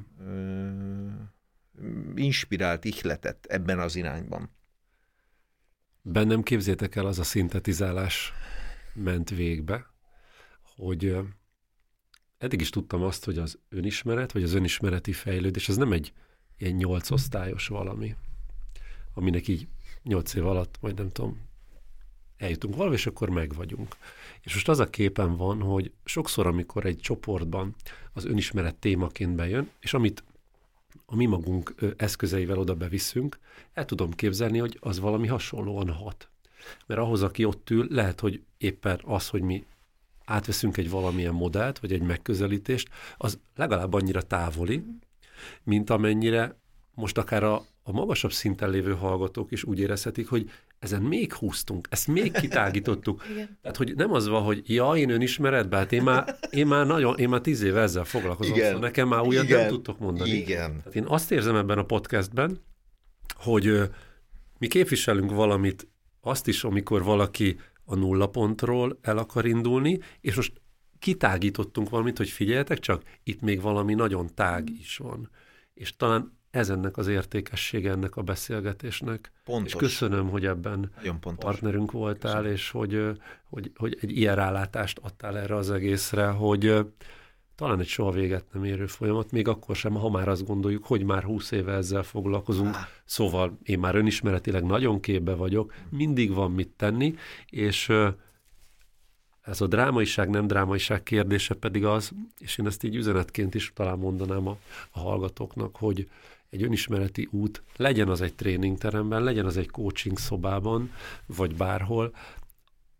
Inspirált, ihletett ebben az irányban. Bennem, képzétek el, az a szintetizálás ment végbe, hogy eddig is tudtam azt, hogy az önismeret, vagy az önismereti fejlődés, az nem egy ilyen 8 osztályos valami, aminek így 8 év alatt, majd nem tudom, eljutunk valami, és akkor megvagyunk. És most az a képen van, hogy sokszor, amikor egy csoportban az önismeret témaként bejön, és amit a mi magunk eszközeivel oda beviszünk, el tudom képzelni, hogy az valami hasonlóan hat. Mert ahhoz, aki ott ül, lehet, hogy éppen az, hogy mi átveszünk egy valamilyen modellt, vagy egy megközelítést, az legalább annyira távoli, mint amennyire most akár a magasabb szinten lévő hallgatók is úgy érezhetik, hogy ezen még húztunk, ezt még kitágítottuk. Tehát, hogy nem az van, hogy én önismeretben, hát én már 10 éve ezzel foglalkozom, szóval nekem már újat nem tudtok mondani. Igen. Tehát én azt érzem ebben a podcastben, hogy mi képviselünk valamit, azt is, amikor valaki a nulla pontról el akar indulni, és most kitágítottunk valamit, hogy figyeljetek csak, itt még valami nagyon tág is van. És talán ez ennek az értékessége ennek a beszélgetésnek. Pontos. És köszönöm, hogy ebben partnerünk voltál, köszönöm. És hogy egy ilyen rálátást adtál erre az egészre, hogy talán egy soha véget nem érő folyamat, még akkor sem, ha már azt gondoljuk, hogy már 20 éve ezzel foglalkozunk. Szóval én már önismeretileg nagyon képbe vagyok, mindig van mit tenni, és ez a drámaiság, nem drámaiság kérdése pedig az, és én ezt így üzenetként is talán mondanám a hallgatóknak, hogy egy önismereti út, legyen az egy tréningteremben, legyen az egy coaching szobában, vagy bárhol,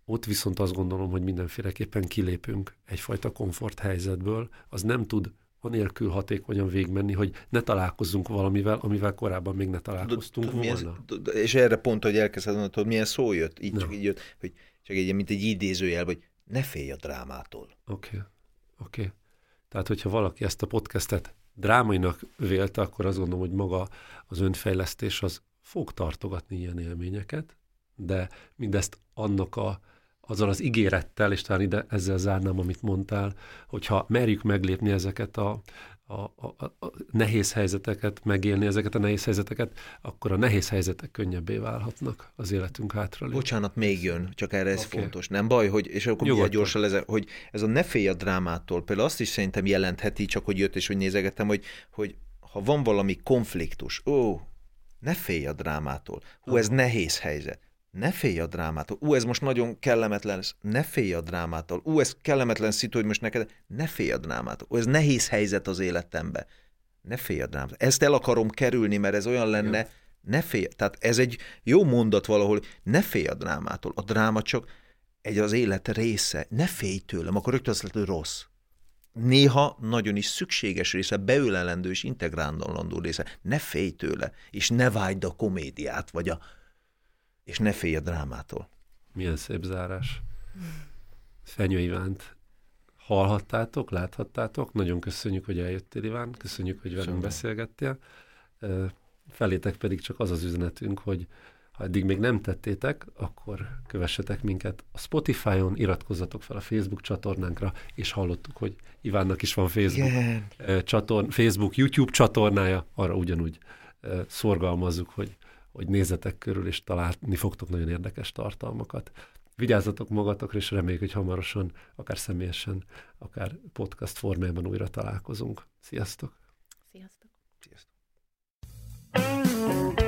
ott viszont azt gondolom, hogy mindenféleképpen kilépünk egyfajta komforthelyzetből, az nem tud anélkül hatékonyan végigmenni, hogy ne találkozzunk valamivel, amivel korábban még ne találkoztunk volna. És erre pont, hogy elkezdted mondani, hogy milyen szó jött, csak így jött, hogy csak egy, mint egy idézőjel, hogy ne félj a drámától. Oké. Tehát, hogyha valaki ezt a podcastet drámainak vélte, akkor azt gondolom, hogy maga az önfejlesztés az fog tartogatni ilyen élményeket, de mindezt azzal az ígérettel, és talán ide ezzel zárnám, amit mondtál, hogyha merjük meglépni ezeket a nehéz helyzeteket, megélni ezeket a nehéz helyzeteket, akkor a nehéz helyzetek könnyebbé válhatnak az életünk hátra. Bocsánat, még jön, csak erre ez fontos. Nem baj, hogy, és akkor milyen gyorsan hogy ez a ne félj a drámától, például azt is szerintem jelentheti, csak hogy jött és hogy nézegettem, hogy ha van valami konfliktus, ne félj a drámától, ez nehéz helyzet. Ne félj a drámától. Ez most nagyon kellemetlen lesz. Ne félj a drámától. Ez kellemetlen szitu, hogy most neked. Ne félj a drámától. Ez nehéz helyzet az életembe. Ne félj a drámától. Ezt el akarom kerülni, mert ez olyan lenne. Ja. Ne félj. Tehát ez egy jó mondat valahol. Ne félj a drámától. A dráma csak az élet része. Ne félj tőlem. Akkor rögtön az lett, hogy rossz. Néha nagyon is szükséges része, beölelendő és integrálandó része. Ne félj tőle. És ne vágyd a komédiát, és ne félj a drámától. Milyen szép zárás. Fenyő Ivánt hallhattátok, láthattátok. Nagyon köszönjük, hogy eljöttél, Iván. Köszönjük, hogy velünk beszélgettél. Felétek pedig csak az az üzenetünk, hogy ha eddig még nem tettétek, akkor kövessetek minket a Spotify-on, iratkozzatok fel a Facebook csatornánkra, és hallottuk, hogy Ivánnak is van Facebook, YouTube csatornája, arra ugyanúgy szorgalmazzuk, hogy nézzetek körül, és találni fogtok nagyon érdekes tartalmakat. Vigyázzatok magatokra, és reméljük, hogy hamarosan, akár személyesen, akár podcast formájában újra találkozunk. Sziasztok! Sziasztok! Sziasztok!